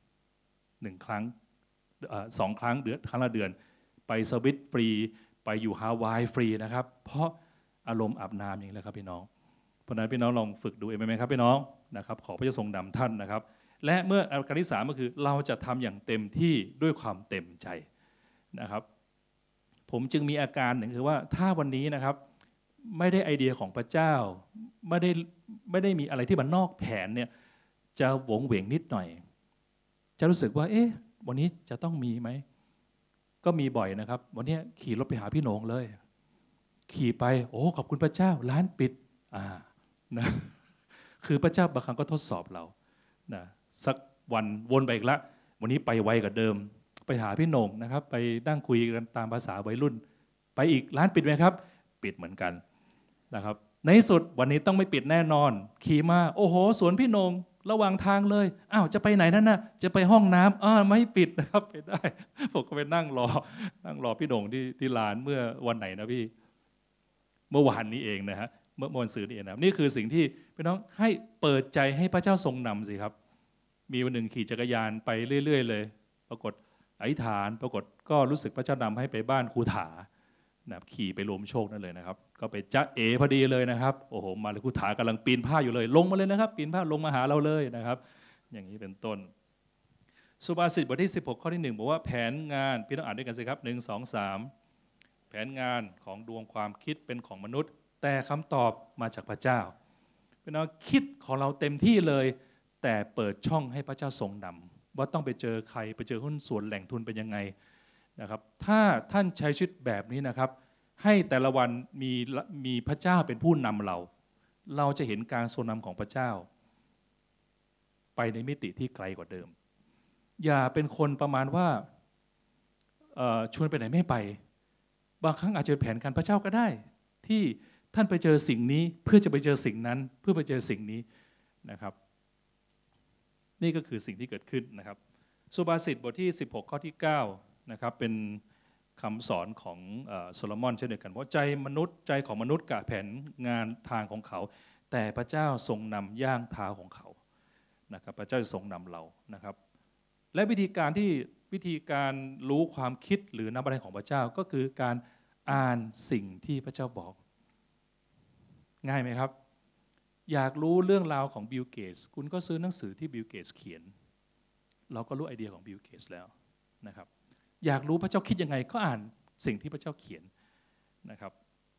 1 ครั้ง2 ครั้งครั้งละเดือนไปสวิตฟรีไปอยู่ฮาวายฟรีนะครับเพราะอารมณ์อาบน้ำอย่างนี้แหละครับพี่น้องเพราะนั้นพี่น้องลองฝึกดูเองไหมครับพี่น้องนะครับขอพระเจ้าทรงนำท่านนะครับและเมื่ออาการที่3ก็คือเราจะทำอย่างเต็มที่ด้วยความเต็มใจนะครับผมจึงมีอาการหนึ่งคือว่าถ้าวันนี้นะครับไม่ได้ไอเดียของพระเจ้าไม่ได้มีอะไรที่มันนอกแผนเนี่ยจะหวงเหวงนิดหน่อยจะรู้สึกว่าเอ๊ะวันนี้จะต้องมีไหมก็มีบ่อยนะครับวันนี้ขี่รถไปหาพี่โหน่งเลยขี่ไปโอ้ขอบคุณพระเจ้าร้านปิดนะคือพระเจ้าบางครั้งก็ทดสอบเรานะสักวันวนไปอีกละวันนี้ไปไวกว่าเดิมไปหาพี่โหน่งนะครับไปนั่งคุยกันตามภาษาวัยรุ่นไปอีกร้านปิดไหมครับปิดเหมือนกันนะครับในที่สุดวันนี้ต้องไม่ปิดแน่นอนขี่มาโอ้โหสวนพี่โหน่งระหว่างทางเลยอ้าวจะไปไหนนั่นน่ะจะไปห้องน้ำไม่ปิดนะครับไปได้ผมก็ไปนั่งรอพี่โหน่งที่ร้านเมื่อวันไหนนะพี่เมื่อวานนี้เองนะฮะเมื่อวันศุกร์นี่เองนะนี่คือสิ่งที่พี่น้องให้เปิดใจให้พระเจ้าทรงนำสิครับมีวันหนึ่งขี่จักรยานไปเรื่อยๆเลยปรากฏอธิษฐานปรากฏก็รู้สึกพระเจ้านำให้ไปบ้านครูถานะขี่ไปรวมโชคนั่นเลยนะครับก็ไปจ๊ะเอพอดีเลยนะครับโอ้โหมาเลยครูถากำลังปีนผ้าอยู่เลยลงมาเลยนะครับปีนผ้าลงมาหาเราเลยนะครับอย่างนี้เป็นต้นสุภาษิตบทที่16ข้อที่1บอกว่าแผนงานพี่ต้องอ่านด้วยกันสิครับ1 2 3แผนงานของดวงความคิดเป็นของมนุษย์แต่คำตอบมาจากพระเจ้าพี่น้องคิดของเราเต็มที่เลยแต่เปิดช่องให้พระเจ้าทรงนำว่าต้องไปเจอใครไปเจอหุ้นส่วนแหล่งทุนเป็นยังไงนะครับถ้าท่านใช้ชีวิตแบบนี้นะครับให้แต่ละวันมีพระเจ้าเป็นผู้นำเราจะเห็นการทรงนำของพระเจ้าไปในมิติที่ไกลกว่าเดิมอย่าเป็นคนประมาณว่าชวนไปไหนไม่ไปบางครั้งอาจจะเป็นแผนการพระเจ้าก็ได้ที่ท่านไปเจอสิ่งนี้เพื่อจะไปเจอสิ่งนั้นเพื่อไปเจอสิ่งนี้นะครับนี่ก็คือสิ่งที่เกิดขึ้นนะครับสุภาษิตบทที่16ข้อที่9นะครับเป็นคำสอนของโซโลมอนเช่นเดียวกันว่าใจของมนุษย์กะแผนงานทางของเขาแต่พระเจ้าทรงนำย่างเท้าของเขานะครับพระเจ้าทรงนำเรานะครับและวิธีการรู้ความคิดหรือนำอะไรของพระเจ้าก็คือการอ่านสิ่งที่พระเจ้าบอกง่ายไหมครับอยากรู้เรื่องราวของบิลเกตส์คุณก็ซื้อหนังสือที่บิลเกตส์เขียนเราก็รู้ไอเดียของบิลเกตส์แล้วนะครับอยากรู้พระเจ้าคิดยังไงก็อ่านสิ่งที่พระเจ้าเขียนนะครับ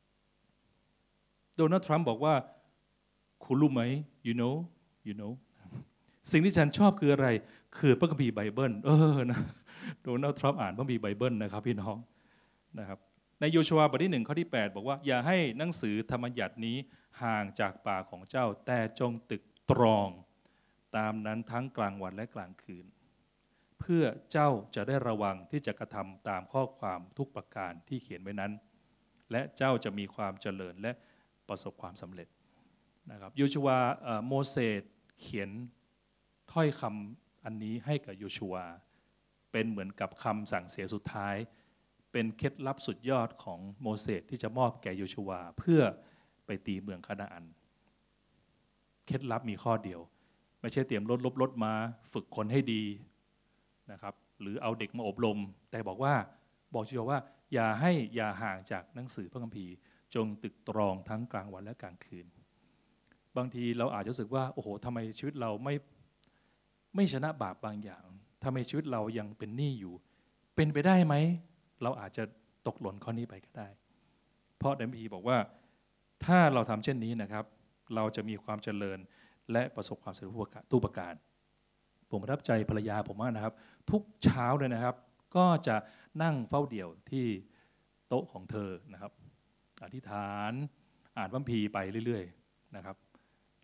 โดนัลด์ทรัมป์บอกว่าคุณรู้ไหม you know สิ่งที่ฉันชอบคืออะไรคือพระคัมภีร์ไบเบิลนะโดนัลด์ทรัมป์อ่านพระคัมภีร์ไบเบิลนะครับพี่น้องนะครับในโยชูวาบทที่1ข้อที่8บอกว่าอย่าให้หนังสือธรรมบัญญัตินี้ห่างจากปากของเจ้าแต่จงตึกตรองตามนั้นทั้งกลางวันและกลางคืนเพื่อเจ้าจะได้ระวังที่จะกระทำตามข้อความทุกประการที่เขียนไว้นั้นและเจ้าจะมีความเจริญและประสบความสำเร็จนะครับโยชูวาโมเสสเขียนถ้อยคำอันนี้ให้กับโยชูวาเป็นเหมือนกับคำสั่งเสียสุดท้ายเป็นเคล็ดลับสุดยอดของโมเสสที่จะมอบแก่โยชูวาเพื่อไปตีเมืองคานาอันเคล็ดลับมีข้อเดียวไม่ใช่เตรียมรถมาฝึกคนให้ดีนะครับหรือเอาเด็กมาอบรมแต่บอกโยชูวาว่าอย่าห่างจากหนังสือพระคัมภีร์จงตึกตรองทั้งกลางวันและกลางคืนบางทีเราอาจจะรู้สึกว่าโอ้โหทำไมชีวิตเราไม่ชนะบาปบางอย่างทำไมชีวิตเรายังเป็นหนี้อยู่เป็นไปได้ไหมเราอาจจะตกหล่นข้อนี้ไปก็ได้เพราะในพระคัมภีร์บอกว่าถ้าเราทำเช่นนี้นะครับเราจะมีความเจริญและประสบความสำเร็จทุกประการผมประทับใจภรรยาผมมากนะครับทุกเช้าเลยนะครับก็จะนั่งเฝ้าเดี่ยวที่โต๊ะของเธอนะครับอธิษฐานอ่านพระคัมภีร์ไปเรื่อยๆนะครับ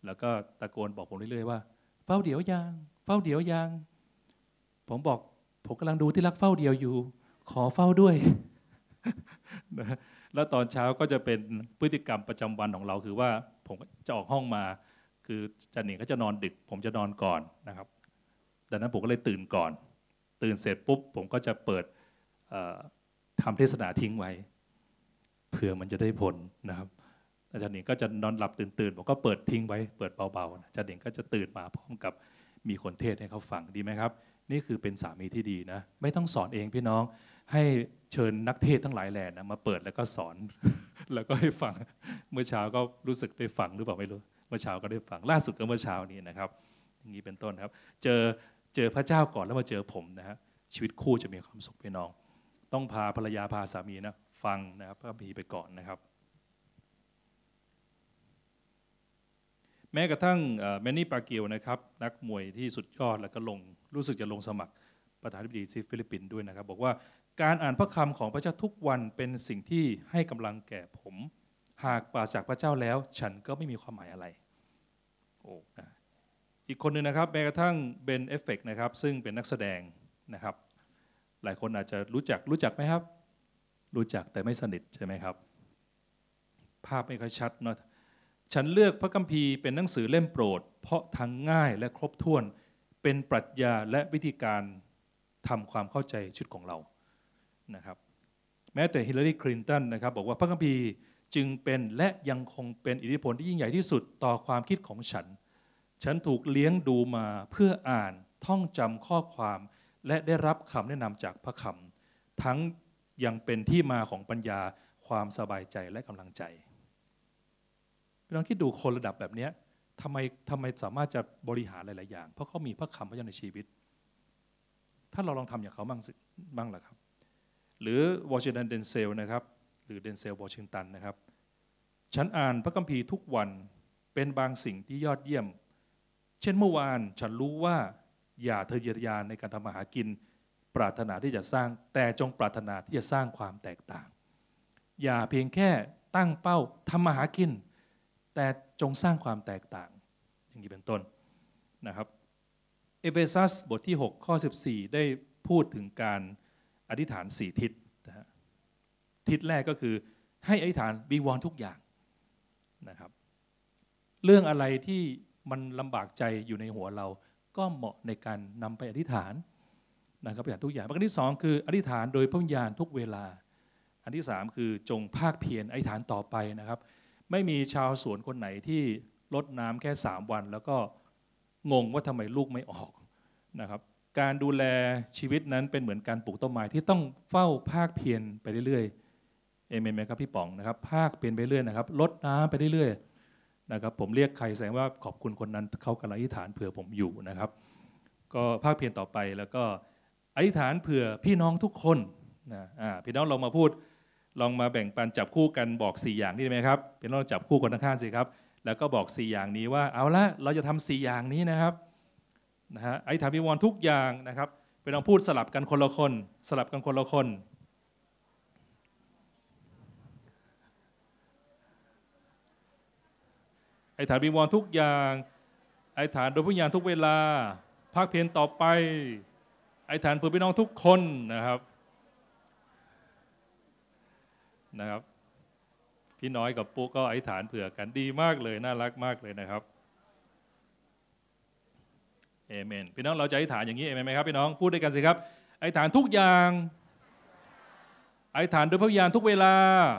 แล้วก็ตะโกนบอกผมเรื่อยๆว่าเฝ้าเดี๋ยวยางเฝ้าเดี๋ยวยางผมบอกผมกำลังดูที่รักเฝ้าเดียวอยู่ขอเฝ้าด้วยนะแล้วตอนเช้าก็จะเป็นพฤติกรรมประจำวันของเราคือว่าผมจะออกห้องมาคือจันหนิงก็จะนอนดึกผมจะนอนก่อนนะครับดังนั้นผมก็เลยตื่นก่อนตื่นเสร็จปุ๊บผมก็จะเปิดทำเทศนาทิ้งไว้เผื่อมันจะได้ผลนะครับอาจารย์หนิงก็จะนอนหลับตื่นผมก็เปิดทิ้งไว้เปิดเบาๆอาจารย์หนิงก็จะตื่นมาพร้อมกับมีคนเทศให้เขาฟังดีไหมครับนี่คือเป็นสามีที่ดีนะไม่ต้องสอนเองพี่น้องให้เชิญนักเทศทั้งหลายแหล่นะมาเปิดแล้วก็สอน แล้วก็ให้ฟังเมื่อเช้าก็รู้สึกได้ฟังหรือเปล่าไม่รู้เมื่อเช้าก็ได้ฟังล่าสุดก็เมื่อเช้านี้นะครับอย่างนี้เป็นต้นครับเจอพระเจ้าก่อนแล้วมาเจอผมนะฮะชีวิตคู่จะมีความสุขพี่น้องต้องพาภรรยาพาสามีนะฟังนะครับก็มีไปก่อนนะครับแม้กระทั่งแมนนี่ปาเกียวนะครับนักมวยที่สุดยอดแล้วก็รู้สึกจะลงสมัครประธานาธิบดีที่ฟิลิปปินส์ด้วยนะครับบอกว่าการอ่านพระคำของพระเจ้าทุกวันเป็นสิ่งที่ให้กำลังแก่ผมหากปราศจากพระเจ้าแล้วฉันก็ไม่มีความหมายอะไรโอ้อีกคนหนึ่งนะครับแม้กระทั่งเบนเอฟเฟกนะครับซึ่งเป็นนักแสดงนะครับหลายคนอาจจะรู้จักไหมครับรู้จักแต่ไม่สนิทใช่ไหมครับภาพไม่ค่อยชัดเนาะฉันเลือกพระคัมภีร์เป็นหนังสือเล่มโปรดเพราะทั้งง่ายและครบถ้วนเป็นปรัชญาและวิธีการทำความเข้าใจชีวิตของเรานะครับแม้แต่ฮิลลารีคลินตันนะครับบอกว่าพระคัมภีร์จึงเป็นและยังคงเป็นอิทธิพลที่ยิ่งใหญ่ที่สุดต่อความคิดของฉันถูกเลี้ยงดูมาเพื่ออ่านท่องจำข้อความและได้รับคำแนะนำจากพระคำทั้งยังเป็นที่มาของปัญญาความสบายใจและกำลังใจพี่น้องคิดดูคนระดับแบบนี้ทำไมสามารถจะบริหารหลายๆอย่างเพราะเขามีพระคำพระเจ้าในชีวิตถ้าเราลองทำอย่างเขาบ้างล่ะครับหรือวอชิงตันเดนเซลนะครับหรือเดนเซลวอชิงตันนะครับฉันอ่านพระคัมภีร์ทุกวันเป็นบางสิ่งที่ยอดเยี่ยมเช่นเมื่อวานฉันรู้ว่าอย่าทะเยอทะยานในการทำมาหากินปรารถนาที่จะสร้างแต่จงปรารถนาที่จะสร้างความแตกต่างอย่าเพียงแค่ตั้งเป้าทำมาหากินแต่จงสร้างความแตกต่างอย่างนี้เป็นต้นนะครับเอเฟซัสบทที่6ข้อ14ได้พูดถึงการอธิษฐาน4ทิศนะฮะทิศแรกก็คือให้อธิษฐานวิงวอนทุกอย่างนะครับเรื่องอะไรที่มันลำบากใจอยู่ในหัวเราก็เหมาะในการนำไปอธิษฐานนะครับอธิษฐานทุกอย่างประการที่2คืออธิษฐานโดยพระวิญญาณทุกเวลาอันที่3คือจงภาคเพียรอธิษฐานต่อไปนะครับไม่มีชาวสวนคนไหนที่รดน้ำแค่3วันแล้วก็งงว่าทำไมลูกไม่ออกนะครับการดูแลชีวิตนั้นเป็นเหมือนการปลูกต้นไม้ที่ต้องเฝ้าภาคเพียรไปเรื่อยๆเอเมนไหมครับพี่ป๋องนะครับภาคเพียรไปเรื่อยนะครับรดน้ำไปเรื่อยๆนะครับผมเรียกใครแสดงว่าขอบคุณคนนั้นเขากำลังอธิษฐานเผื่อผมอยู่นะครับก็ภาคเพียรต่อไปแล้วก็อธิษฐานเผื่อพี่น้องทุกคนนะพี่น้องลองมาพูดลองมาแบ่งปันจับคู่กันบอก4อย่างนี้ได้ไหมครับพี่น้องจับคู่คนข้างๆสิครับแล้วก็บอก4อย่างนี้ว่าเอาละเราจะทำ4อย่างนี้นะครับนะฮะอธิษฐานวิงวอนทุกอย่างนะครับพี่น้องพูดสลับกันคนละคนสลับกันคนละคนอธิษฐานวิงวอนทุกอย่างอธิษฐานโดยพระวิญญาณทุกเวลาภาคเพียรต่อไปอธิษฐานเพื่อพี่น้องทุกคนนะครับพี่น้อยกับปุ๊กก็อธิษฐานเผื่อกันดีมากเลยน่ารักมากเลยนะครับเอเมนพี่น้องเราจะอธิษฐานอย่างนี้เอเมนไหมครับพี่น้องพูดด้วยกันสิครับอธิษฐานทุกอย่างอธิษฐานโดยพระวิญญาณทุกเวลา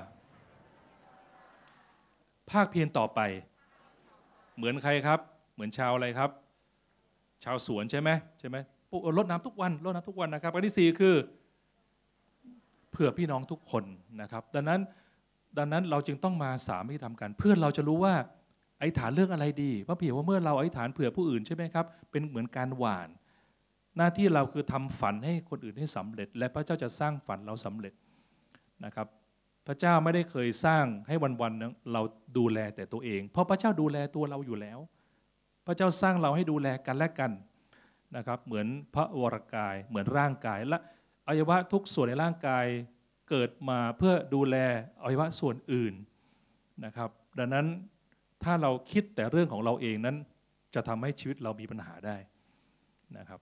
ภาคเพียรต่อไปเหมือนใครครับเหมือนชาวอะไรครับชาวสวนใช่ไหมรดน้ำทุกวันนะครับอันที่4คือเผื่อพี่น้องทุกคนนะครับดังนั้นเราจึงต้องมาสามัคคีทำกันเพื่อเราจะรู้ว่าอธิษฐานเรื่องอะไรดีเพราะเผื่อว่าเมื่อเราอธิษฐานเผื่อผู้อื่นใช่ไหมครับเป็นเหมือนการหว่านหน้าที่เราคือทำฝันให้คนอื่นให้สำเร็จและพระเจ้าจะสร้างฝันเราสำเร็จนะครับพระเจ้าไม่ได้เคยสร้างให้วันๆเราดูแลแต่ตัวเองเพราะพระเจ้าดูแลตัวเราอยู่แล้วพระเจ้าสร้างเราให้ดูแลกันและกันนะครับเหมือนพระวรกายเหมือนร่างกายและอวัยวะทุกส่วนในร่างกายเกิดมาเพื่อดูแลอวัยวะส่วนอื่นนะครับดังนั้นถ้าเราคิดแต่เรื่องของเราเองนั้นจะทำให้ชีวิตเรามีปัญหาได้นะครับ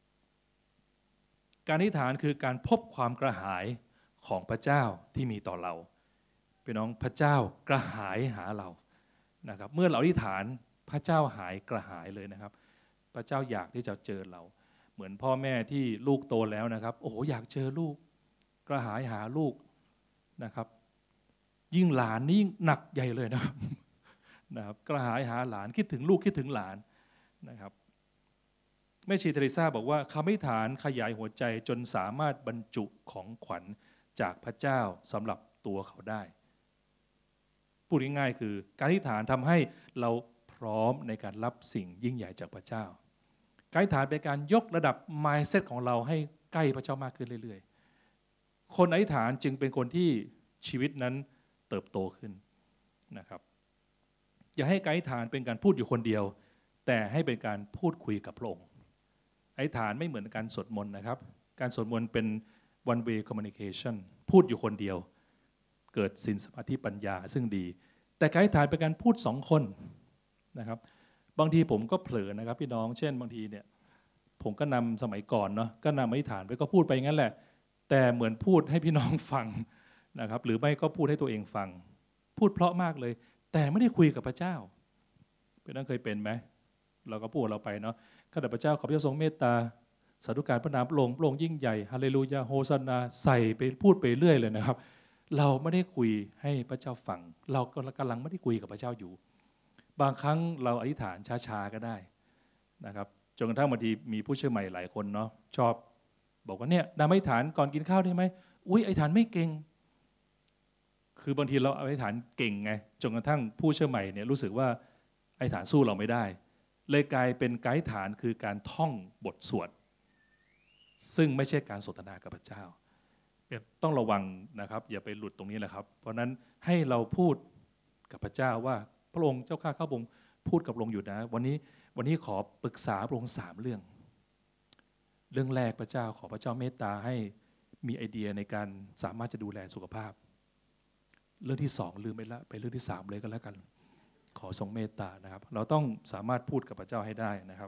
การอธิษฐานคือการพบความกระหายของพระเจ้าที่มีต่อเราพี่น้องพระเจ้ากระหายหาเรานะครับเมื่อเราอธิษฐานพระเจ้าหายกระหายเลยนะครับพระเจ้าอยากที่จะเจอเราเหมือนพ่อแม่ที่ลูกโตแล้วนะครับโอ้โหอยากเจอลูกกระหายหาลูกนะครับยิ่งหลานนี่ยิ่งหนักใหญ่เลยนะครับกระหายหาหลานคิดถึงลูกคิดถึงหลานนะครับแม่ชีเทเรซาบอกว่าคำอธิษฐานขยายหัวใจจนสามารถบรรจุของขวัญจากพระเจ้าสำหรับตัวเขาได้พูดง่ายๆคือการอธิษฐานทำให้เราพร้อมในการรับสิ่งยิ่งใหญ่จากพระเจ้าการอธิษฐานเป็นการยกระดับ mindset ของเราให้ใกล้พระเจ้ามากขึ้นเรื่อยๆคนอธิษฐานจึงเป็นคนที่ชีวิตนั้นเติบโตขึ้นนะครับอย่าให้การอธิษฐานเป็นการพูดอยู่คนเดียวแต่ให้เป็นการพูดคุยกับพระองค์อธิษฐานไม่เหมือนการสวดมนต์นะครับการสวดมนต์เป็น one way communication พูดอยู่คนเดียวเกิดศีลสมาธิปัญญาซึ่งดีแต่การอธิษฐานเป็นการพูด2 คนนะครับบางทีผมก็เผลอนะครับพี่น้องเช่นบางทีเนี่ยผมก็นำสมัยก่อนเนาะก็นำอธิษฐานไปก็พูดไปงั้นแหละแต่เหมือนพูดให้พี่น้องฟังนะครับหรือไม่ก็พูดให้ตัวเองฟังพูดเพราะมากเลยแต่ไม่ได้คุยกับพระเจ้าพี่น้องเคยเป็นไหมเราก็พูดเราไปเนาะข้าแต่พระเจ้าขอพระเจ้าทรงเมตตาสาธุการพระนามพระองค์ยิ่งใหญ่ฮาเลลูยาโฮซานาใส่ไปพูดไปเรื่อยเลยนะครับเราไม่ได้คุยให้พระเจ้าฟังเรากำลังไม่ได้คุยกับพระเจ้าอยู่บางครั้งเราอธิษฐานช้าๆก็ได้นะครับจนกระทั่งบางทีมีผู้เชื่อใหม่หลายคนเนาะชอบบอกว่าเนี่ยนำอธิษฐานก่อนกินข้าวได้ไหมอุ้ยอธิษฐานไม่เก่งคือบางทีเราอธิษฐานเก่งไงจนกระทั่งผู้เชื่อใหม่เนี่ยรู้สึกว่าอธิษฐานสู้เราไม่ได้เลยกลายเป็นการอธิษฐานคือการท่องบทสวดซึ่งไม่ใช่การสนทนากับพระเจ้าต้องระวังนะครับอย่าไปหลุดตรงนี้แหละครับเพราะนั้นให้เราพูดกับพระเจ้าว่าพระองค์เจ้าข้าพระองค์พูดกับพระองค์อยู่นะวันนี้ขอปรึกษาพระองค์3 เรื่องแรกพระเจ้าขอพระเจ้าเมตตาให้มีไอเดียในการสามารถจะดูแลสุขภาพเรื่องที่2ลืมไปละไปเรื่องที่3เลยก็แล้วกันขอทรงเมตตานะครับเราต้องสามารถพูดกับพระเจ้าให้ได้นะครับ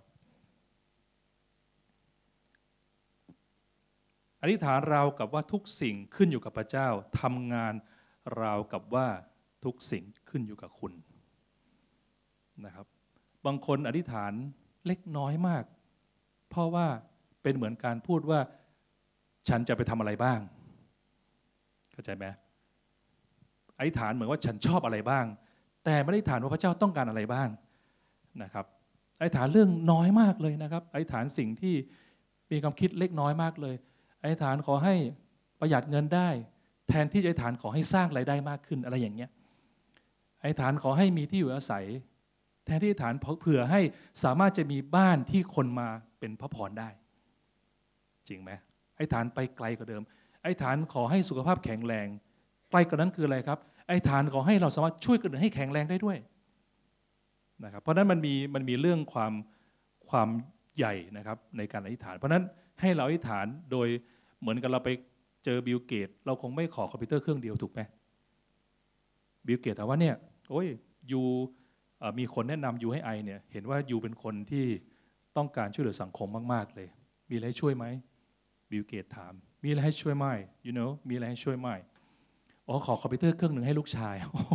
อธิษฐานราวกับว่าทุกสิ่งขึ้นอยู่กับพระเจ้าทำงานราวกับว่าทุกสิ่งขึ้นอยู่กับคุณนะครับบางคนอธิษฐานเล็กน้อยมากเพราะว่าเป็นเหมือนการพูดว่าฉันจะไปทำอะไรบ้างเข้าใจไหมอธิษฐานเหมือนว่าฉันชอบอะไรบ้างแต่ไม่ได้อธิษฐานว่าพระเจ้าต้องการอะไรบ้างนะครับอธิษฐานเรื่องน้อยมากเลยนะครับอธิษฐานสิ่งที่มีความคิดเล็กน้อยมากเลยอธิษฐานขอให้ประหยัดเงินได้แทนที่จะอธิษฐานขอให้สร้างรายได้มากขึ้นอะไรอย่างเงี้ยอธิษฐานขอให้มีที่อยู่อาศัยแทนที่อธิษฐานเผื่อให้สามารถจะมีบ้านที่คนมาเป็นพระพรได้จริงไหมอธิษฐานไปไกลกว่าเดิมอธิษฐานขอให้สุขภาพแข็งแรงไกลกว่านั้นคืออะไรครับอธิษฐานขอให้เราสามารถช่วยคนอื่นให้แข็งแรงได้ด้วยนะครับเพราะนั้นมันมีเรื่องความใหญ่นะครับในการอธิษฐานเพราะนั้นให้เราอธิษฐานโดยเหมือนกับเราไปเจอบิลเกตเราคงไม่ขอคอมพิวเตอร์เครื่องเดียวถูกไหมบิลเกตถามว่าเนี่ยโอ้ยยูมีคนแนะนำยูให้ไอเนี่ยเห็นว่ายูเป็นคนที่ต้องการช่วยเหลือสังคมมากๆเลยมีอะไรให้ช่วยไหมบิลเกตถามมีอะไรให้ช่วยไหม you know มีอะไรให้ช่วยไหมอ๋อขอคอมพิวเตอร์เครื่องหนึ่งให้ลูกชาย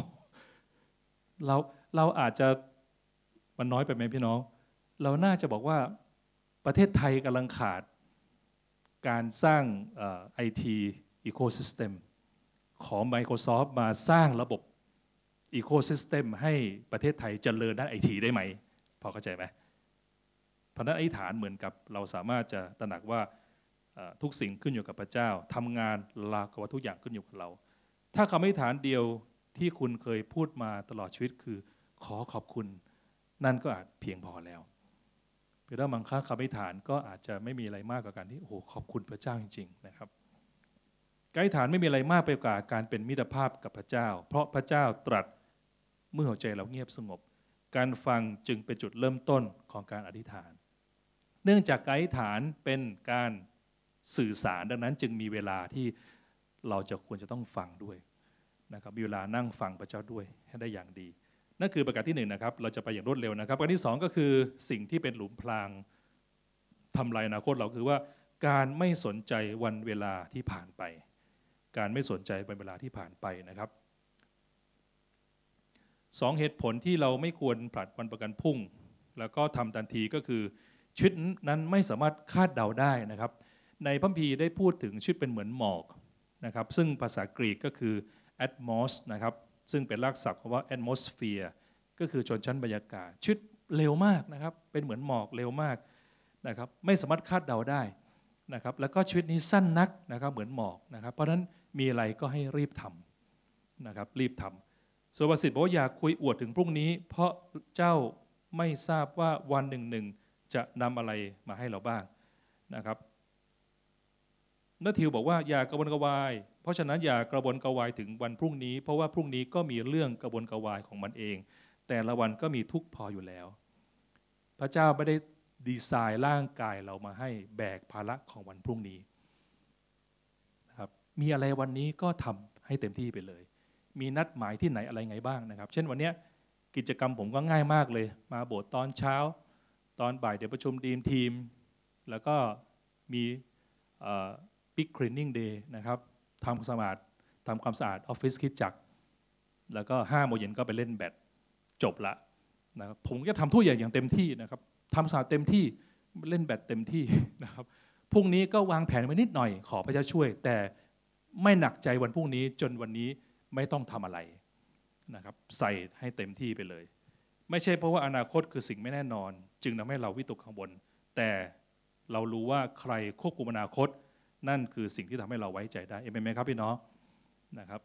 เราอาจจะมันน้อยไปไหมพี่น้องเราน่าจะบอกว่าประเทศไทยกำลังขาดการสร้างIT ecosystem ขอ Microsoft มาสร้างระบบ ecosystem ให้ประเทศไทยเจริญด้าน IT ได้ไหมพอเข้าใจไหมเพราะนั้นอธิษฐานเหมือนกับเราสามารถจะตระหนักว่าทุกสิ่งขึ้นอยู่กับพระเจ้าทำงานราวกับว่าทุกอย่างขึ้นอยู่กับเราถ้าคำอธิษฐานเดียวที่คุณเคยพูดมาตลอดชีวิตคือขอขอบคุณนั่นก็อาจเพียงพอแล้วเพราะบางครั้งคำอธิษฐานก็อาจจะไม่มีอะไรมากกว่าการที่โอ้โหขอบคุณพระเจ้าจริงๆนะครับการอธิษฐานไม่มีอะไรมากไปกว่าการเป็นมิตรภาพกับพระเจ้าเพราะพระเจ้าตรัสเมื่อหัวใจเราเงียบสงบการฟังจึงเป็นจุดเริ่มต้นของการอธิษฐานเนื่องจากการอธิษฐานเป็นการสื่อสารดังนั้นจึงมีเวลาที่เราจะควรจะต้องฟังด้วยนะครับมีเวลานั่งฟังพระเจ้าด้วยให้ได้อย่างดีนั่นคือประการที่1นะครับเราจะไปอย่างรวดเร็วนะครับประการที่2ก็คือสิ่งที่เป็นหลุมพรางทำลายอนาคตเราคือว่าการไม่สนใจวันเวลาที่ผ่านไปการไม่สนใจวันเวลาที่ผ่านไปนะครับ2เหตุผลที่เราไม่ควรผลัดวันประกันพรุ่งแล้วก็ทำทันทีก็คือชีวิตนั้นไม่สามารถคาดเดาได้นะครับในพระคัมภีร์ได้พูดถึงชีวิตเป็นเหมือนหมอกนะครับซึ่งภาษากรีกก็คือ atmos นะครับซึ่งเป็นรากศัพท์คำว่า atmosphere ก็คือชนชั้นบรรยากาศชีวิตเร็วมากนะครับเป็นเหมือนหมอกเร็วมากนะครับไม่สามารถคาดเดาได้นะครับแล้วก็ชีวิตนี้สั้นนักนะครับเหมือนหมอกนะครับเพราะฉะนั้นมีอะไรก็ให้รีบทำนะครับรีบทำสุภาษิตบอกว่าอย่าคุยอวดถึงพรุ่งนี้เพราะเจ้าไม่ทราบว่าวันหนึ่งจะนำอะไรมาให้เราบ้างนะครับนัทธิวบอกว่าอย่ากระวนกระวายเพราะฉะนั้นอย่ากระวนกระวายถึงวันพรุ่งนี้เพราะว่าพรุ่งนี้ก็มีเรื่องกระวนกระวายของมันเองแต่ละวันก็มีทุกข์พออยู่แล้วพระเจ้าไม่ได้ดีไซน์ร่างกายเรามาให้แบกภาระของวันพรุ่งนี้นะครับมีอะไรวันนี้ก็ทำให้เต็มที่ไปเลยมีนัดหมายที่ไหนอะไรไงบ้างนะครับเช่นวันนี้กิจกรรมผมก็ง่ายมากเลยมาโบสถ์ตอนเช้าตอนบ่ายเดี๋ยวประชุมทีมแล้วก็มีBig Cleaning Day นะครับทำความสะอาดออฟฟิศคริสตจักรแล้วก็5 โมงเย็นก็ไปเล่นแบดจบละนะครับผมก็ทำทุกอย่างเต็มที่นะครับทำสะอาดเต็มที่เล่นแบดเต็มที่นะครับพรุ่งนี้ก็วางแผนไว้นิดหน่อยขอพระเจ้าช่วยแต่ไม่หนักใจวันพรุ่งนี้จนวันนี้ไม่ต้องทำอะไรนะครับใส่ให้เต็มที่ไปเลยไม่ใช่เพราะว่าอนาคตคือสิ่งไม่แน่นอนจึงทำให้เราวิตกกังวลแต่เรารู้ว่าใครควบคุมอนาคตนั่นคือสิ่งที่ทำให้เราไว้ใจได้เอเมนไหมครับพี่น้องนะครับ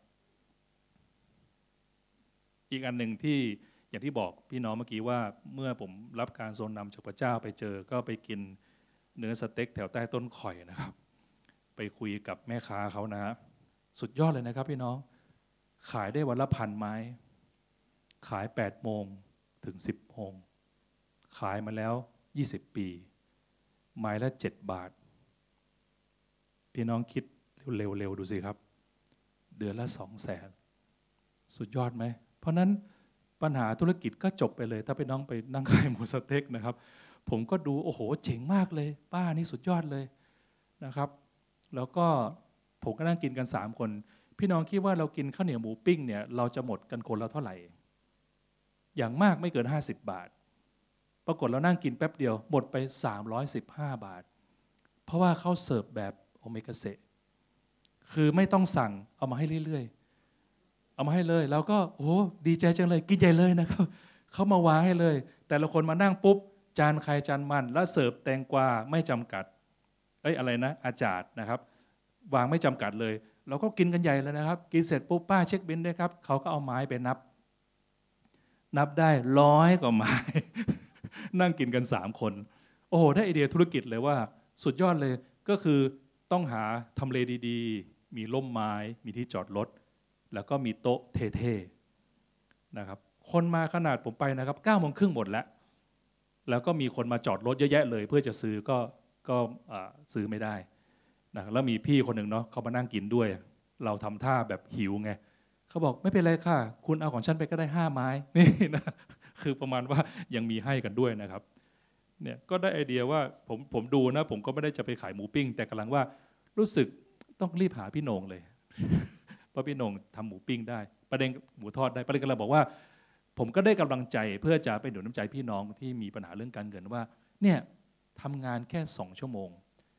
อีกอันหนึ่งที่อย่างที่บอกพี่น้องเมื่อกี้ว่าเมื่อผมรับการทรงนำจากพระเจ้าไปเจอก็ไปกินเนื้อสเต็กแถวใต้ต้นข่อยนะครับไปคุยกับแม่ค้าเขานะฮะสุดยอดเลยนะครับพี่น้องขายได้วันละ1,000 ไม้ขาย8 โมงถึง10 โมงขายมาแล้ว20 ปีไม้ละ7 บาทพี่น้องคิดเร็วๆดูสิครับเดือนละ200,000สุดยอดไหมเพราะนั้นปัญหาธุรกิจก็จบไปเลยถ้าพี่น้องไปนั่งขายหมูสเต็กนะครับผมก็ดูโอ้โหเจ๋งมากเลยป้านี่สุดยอดเลยนะครับแล้วก็ผมก็นั่งกินกัน3 คนพี่น้องคิดว่าเรากินข้าวเหนียวหมูปิ้งเนี่ยเราจะหมดกันคนละเท่าไหร่อย่างมากไม่เกิน50 บาทปรากฏเรานั่งกินแป๊บเดียวหมดไป315 บาทเพราะว่าเขาเสิร์ฟแบบโอเมก้าเซคือไม่ต้องสั่งเอามาให้เรื่อยๆเอามาให้เลยแล้วก็โอ้ดีใจจังเลยกินใหญ่เลยนะครับเขามาวางให้เลยแต่ละคนมานั่งปุ๊บจานใครจานมันแล้วเสิร์ฟแตงกวาไม่จำกัดอะไรนะอาจารย์นะครับวางไม่จำกัดเลยเราก็กินกันใหญ่เลยนะครับกินเสร็จปุ๊บป้าเช็คบิลด้วยครับเขาก็เอาไม้ไปนับได้100 กว่าไม้ นั่งกินกัน3 คนโอ้โหได้ไอเดียธุรกิจเลยว่าสุดยอดเลยก็คือต้องหาทำเลดีๆมีร่มไม้มีที่จอดรถแล้วก็มีโต๊ะเท่ๆนะครับคนมาขนาดผมไปนะครับ9 โมงครึ่งหมดแล้วก็มีคนมาจอดรถเยอะแยะเลยเพื่อจะซื้อก็ซื้อไม่ได้นะแล้วมีพี่คนหนึ่งเนาะเขามานั่งกินด้วยเราทำท่าแบบหิวไงเขาบอกไม่เป็นไรค่ะคุณเอาของฉันไปก็ได้5 ไม้นี่นะคือประมาณว่ายังมีให้กันด้วยนะครับเนี่ยก็ได้ไอเดียว่าผมดูนะผมก็ไม่ได้จะไปขายหมูปิ้งแต่กำลังว่ารู้สึกต้องรีบหาพี่โหน่งเลย เพราะพี่โหน่งทำหมูปิ้งได้ประเด็นหมูทอดได้ประเด็นก็เลยบอกว่าผมก็ได้กำลังใจเพื่อจะไปหนุนน้ำใจพี่น้องที่มีปัญหาเรื่องการเงินว่าเนี่ยทำงานแค่2 ชั่วโมง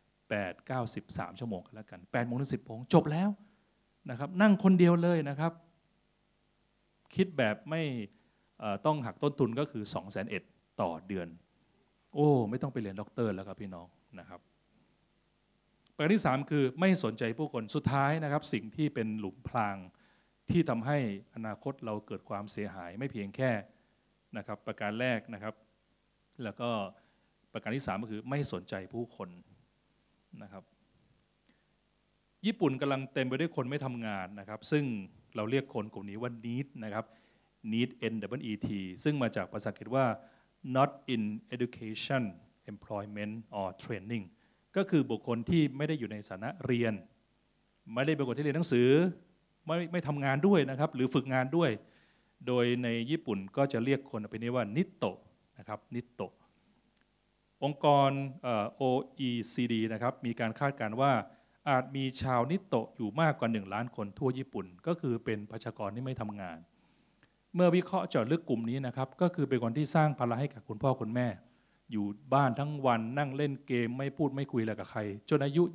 8 9 13 ชั่วโมงกันแล้วกัน8 โมงถึง10 โมงจบแล้วนะครับนั่งคนเดียวเลยนะครับคิดแบบไม่ต้องหักต้นทุนก็คือ201,000ต่อเดือนโอ้ไม่ต้องไปเรียนด็อกเตอร์แล้วครับพี่น้องนะครับประการที่3คือไม่สนใจผู้คนสุดท้ายนะครับสิ่งที่เป็นหลุมพรางที่ทำให้อนาคตเราเกิดความเสียหายไม่เพียงแค่นะครับประการแรกนะครับแล้วก็ประการที่3ก็คือไม่สนใจผู้คนนะครับญี่ปุ่นกำลังเต็มไปด้วยคนไม่ทำงานนะครับซึ่งเราเรียกคนกลุ่มนี้ว่า need นะครับ need NEET ซึ่งมาจากภาษาอังกฤษว่า not in education employment or training ก็คือบุคคลที่ไม่ได้อยู่ในฐานะเรียนไม่ได้เป็นคนที่เรียนหนังสือไม่ทำงานด้วยนะครับหรือฝึกงานด้วยโดยในญี่ปุ่นก็จะเรียกคนเป็นนี้ว่านิโตะนะครับนิโตะองค์กรOECD นะครับมีการคาดการณ์ว่าอาจมีชาวนิโตะอยู่มากกว่า1 ล้านคนทั่วญี่ปุ่นก็คือเป็นประชากรที่ไม่ทำงานเมื่อวิเคราะห์เจาะลึกกลุ่มนี้นะครับก็คือเป็นคนที่สร้างภาระให้กับคุณพ่อคุณแม่อยู่บ้านทั้งวันนั่งเล่นเกมไม่พูดไม่คุยอะไรกับใครจนอายุ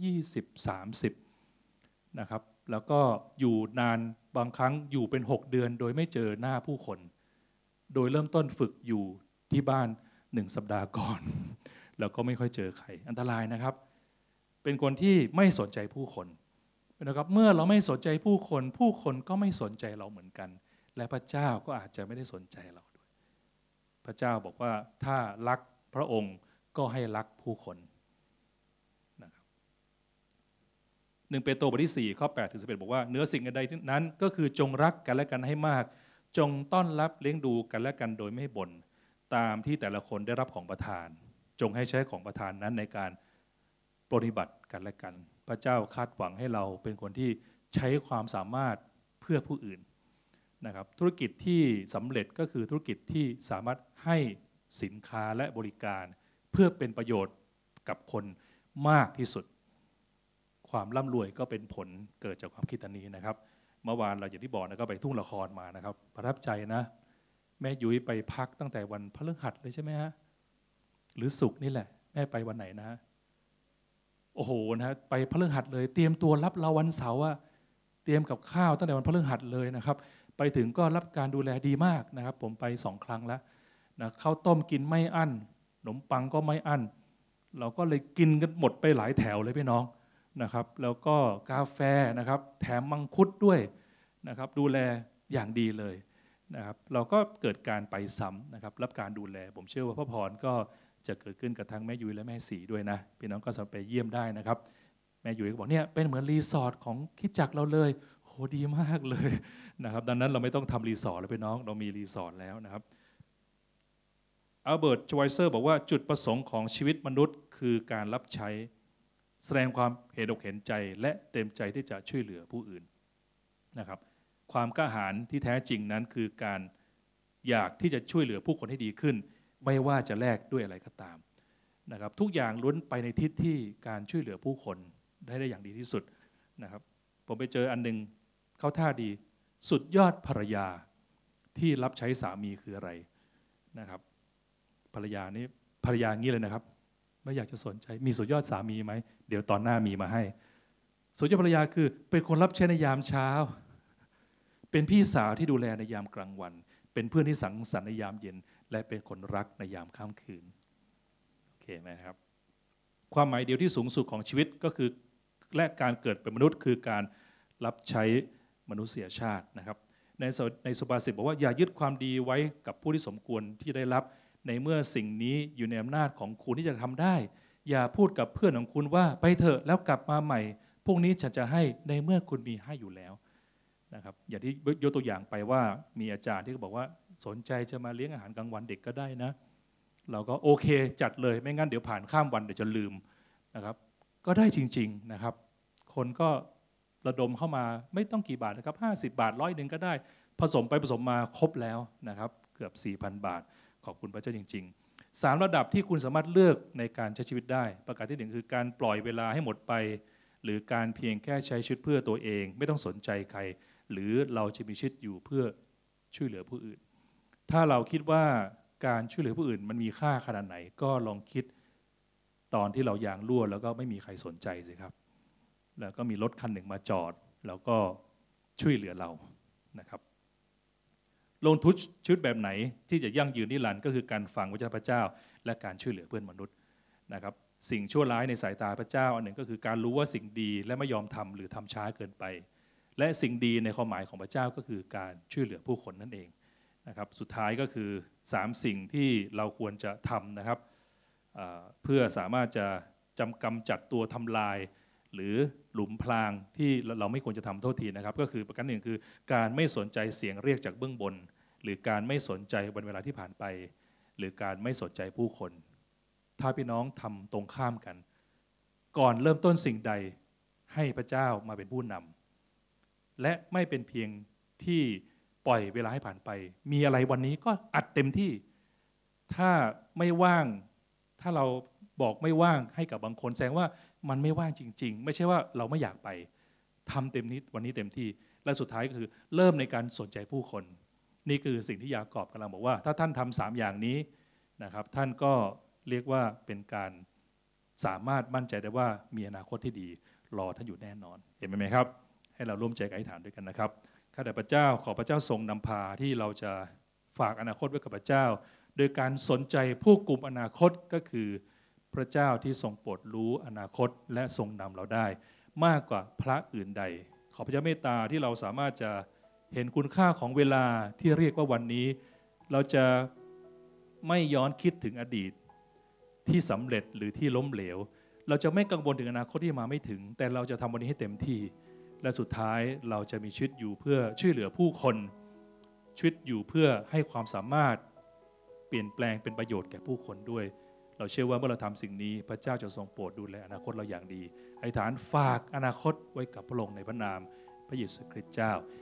20-30นะครับแล้วก็อยู่นานบางครั้งอยู่เป็น6 เดือนโดยไม่เจอหน้าผู้คนโดยเริ่มต้นฝึกอยู่ที่บ้าน1 สัปดาห์ก่อนแล้วก็ไม่ค่อยเจอใครอันตรายนะครับเป็นคนที่ไม่สนใจผู้คนนะครับเมื่อเราไม่สนใจผู้คนผู้คนก็ไม่สนใจเราเหมือนกันและพระเจ้าก็อาจจะไม่ได้สนใจเราด้วยพระเจ้าบอกว่าถ้ารักพระองค์ก็ให้รักผู้คนนะครับ1 เปโตรบทที่4ข้อ8 ถึง 11บอกว่าเนื้อสิ่งใดนั้นก็คือจงรักกันและกันให้มากจงต้อนรับเลี้ยงดูกันและกันโดยไม่บ่นตามที่แต่ละคนได้รับของประทานจงให้ใช้ของประทานนั้นในการปฏิบัติกันและกันพระเจ้าคาดหวังให้เราเป็นคนที่ใช้ความสามารถเพื่อผู้อื่นนะครับธุรกิจที่สำเร็จก็คือธุรกิจที่สามารถให้สินค้าและบริการเพื่อเป็นประโยชน์กับคนมากที่สุดความร่ำรวยก็เป็นผลเกิดจากความคิดอันนี้นะครับเมื่อวานเราอย่างที่บอกนะก็ไปทุ่งละครมานะครับประทับใจนะแม่ยุ้ยไปพักตั้งแต่วันพฤหัสเลยใช่ไหมฮะหรือศุกร์นี่แหละแม่ไปวันไหนนะโอ้โหนะไปพฤหัสเลยเตรียมตัวรับเราวันเสาร์เตรียมกับข้าวตั้งแต่วันพฤหัสเลยนะครับไปถึงก็รับการดูแลดีมากนะครับผมไป2 ครั้งแล้วนะข้าวต้มกินไม่อั้นขนมปังก็ไม่อั้นเราก็เลยกินกันหมดไปหลายแถวเลยพี่น้องนะครับแล้วก็กาแฟนะครับแถมมังคุดด้วยนะครับดูแลอย่างดีเลยนะครับเราก็เกิดการไปซ้ำนะครับรับการดูแลผมเชื่อว่าพระพรก็จะเกิดขึ้นกับทั้งแม่ยุ้ยและแม่ศรีด้วยนะพี่น้องก็สามารถไปเยี่ยมได้นะครับแม่ยุ้ยก็บอกเนี่ยเป็นเหมือนรีสอร์ทของคริสตจักรเราเลยโหดีมากเลยนะครับดังนั้นเราไม่ต้องทำรีสอร์ทแล้วพี่น้องเรามีรีสอร์ทแล้วนะครับอัลเบิร์ตชไวเซอร์บอกว่าจุดประสงค์ของชีวิตมนุษย์คือการรับใช้แสดงความเห็นอกเห็นใจและเต็มใจที่จะช่วยเหลือผู้อื่นนะครับความกล้าหาญที่แท้จริงนั้นคือการอยากที่จะช่วยเหลือผู้คนให้ดีขึ้นไม่ว่าจะแลกด้วยอะไรก็ตามนะครับทุกอย่างล้วนไปในทิศที่การช่วยเหลือผู้คนได้อย่างดีที่สุดนะครับผมไปเจออันนึงเข้าท่าดีสุดยอดภรรยาที่รับใช้สามีคืออะไรนะครับภรรยางี้เลยนะครับไม่อยากจะสนใจมีสุดยอดสามีไหมเดี๋ยวตอนหน้ามีมาให้สุดยอดภรรยาคือเป็นคนรับใช้ในยามเช้าเป็นพี่สาวที่ดูแลในยามกลางวันเป็นเพื่อนที่สังสรรค์ในยามเย็นและเป็นคนรักในยามค่ำคืนโอเคไหมครับความหมายเดียวที่สูงสุดของชีวิตก็คือและการเกิดเป็นมนุษย์คือการรับใช้มนุษยชาตินะครับในสุภาษิตบอกว่าอย่ายึดความดีไว้กับผู้ที่สมควรที่ได้รับในเมื่อสิ่งนี้อยู่ในอำนาจของคุณที่จะทำได้อย่าพูดกับเพื่อนของคุณว่าไปเถอะแล้วกลับมาใหม่พวกนี้ฉันจะให้ในเมื่อคุณมีให้อยู่แล้วนะครับอย่างที่ยกตัวอย่างไปว่ามีอาจารย์ที่บอกว่าสนใจจะมาเลี้ยงอาหารกลางวันเด็กก็ได้นะเราก็โอเคจัดเลยไม่งั้นเดี๋ยวผ่านข้ามวันเดี๋ยวจะลืมนะครับก็ได้จริงๆนะครับคนก็ระดมเข้ามาไม่ต้องกี่บาทนะครับ50 บาท100 ก็ได้ผสมไปผสมมาครบแล้วนะครับเกือบ 4,000 บาทขอบคุณพระเจ้าจริงๆ3 ระดับที่คุณสามารถเลือกในการใช้ชีวิตได้ประการที่1คือการปล่อยเวลาให้หมดไปหรือการเพียงแค่ใช้ชีวิตเพื่อตัวเองไม่ต้องสนใจใครหรือเราจะมีชีวิตอยู่เพื่อช่วยเหลือผู้อื่นถ้าเราคิดว่าการช่วยเหลือผู้อื่นมันมีค่าขนาดไหนก็ลองคิดตอนที่เรายางรั่วแล้วก็ไม่มีใครสนใจสิครับแล้วก็มีรถคันหนึ่งมาจอดแล้วก็ช่วยเหลือเรานะครับลงทุนชีวิตแบบไหนที่จะยั่งยืนนิรันดร์ก็คือการฟังวจนะพระเจ้าและการช่วยเหลือเพื่อนมนุษย์นะครับสิ่งชั่วร้ายในสายตาพระเจ้าอันหนึ่งก็คือการรู้ว่าสิ่งดีและไม่ยอมทำหรือทำช้าเกินไปและสิ่งดีในความหมายของพระเจ้าก็คือการช่วยเหลือผู้คนนั่นเองนะครับสุดท้ายก็คือ3 สิ่งที่เราควรจะทำนะครับเพื่อสามารถจะกำจัดตัวทำลายหรือหลุมพรางที่เราไม่ควรจะทำโทษทีนะครับก็คือประการหนึ่งคือการไม่สนใจเสียงเรียกจากเบื้องบนหรือการไม่สนใจวันเวลาที่ผ่านไปหรือการไม่สนใจผู้คนถ้าพี่น้องทำตรงข้ามกันก่อนเริ่มต้นสิ่งใดให้พระเจ้ามาเป็นผู้นำและไม่เป็นเพียงที่ปล่อยเวลาให้ผ่านไปมีอะไรวันนี้ก็อัดเต็มที่ถ้าไม่ว่างถ้าเราบอกไม่ว่างให้กับบางคนแสดงว่ามันไม่ว่างจริงๆไม่ใช่ว่าเราไม่อยากไปทำเต็มนี้วันนี้เต็มที่และสุดท้ายก็คือเริ่มในการสนใจผู้คนนี่คือสิ่งที่ยากอบกำลังบอกว่าถ้าท่านทำ3อย่างนี้นะครับท่านก็เรียกว่าเป็นการสามารถมั่นใจได้ว่ามีอนาคตที่ดีรอท่านอยู่แน่นอนเห็นไหมครับให้เราร่วมใจกันอธิษฐานด้วยกันนะครับข้าแต่พระเจ้าขอพระเจ้าทรงนำพาที่เราจะฝากอนาคตไว้กับพระเจ้าโดยการสนใจผู้กลุ่มอนาคตก็คือพระเจ้าที่ทรงโปรดรู้อนาคตและทรงนำเราได้มากกว่าพระอื่นใดขอพระเจ้าเมตตาที่เราสามารถจะเห็นคุณค่าของเวลาที่เรียกว่าวันนี้เราจะไม่ย้อนคิดถึงอดีตที่สำเร็จหรือที่ล้มเหลวเราจะไม่กังวลถึงอนาคตที่มาไม่ถึงแต่เราจะทำวันนี้ให้เต็มที่และสุดท้ายเราจะมีชีวิตอยู่เพื่อช่วยเหลือผู้คนชีวิตอยู่เพื่อให้ความสามารถเปลี่ยนแปลงเป็นประโยชน์แก่ผู้คนด้วยเราเชื่อว่าเมื่อเราทำสิ่งนี้พระเจ้าจะทรงโปรดดูแลอนาคตเราอย่างดีอธิษฐานฝากอนาคตไว้กับพระองค์ในพระนามพระเยซูคริสต์เจ้า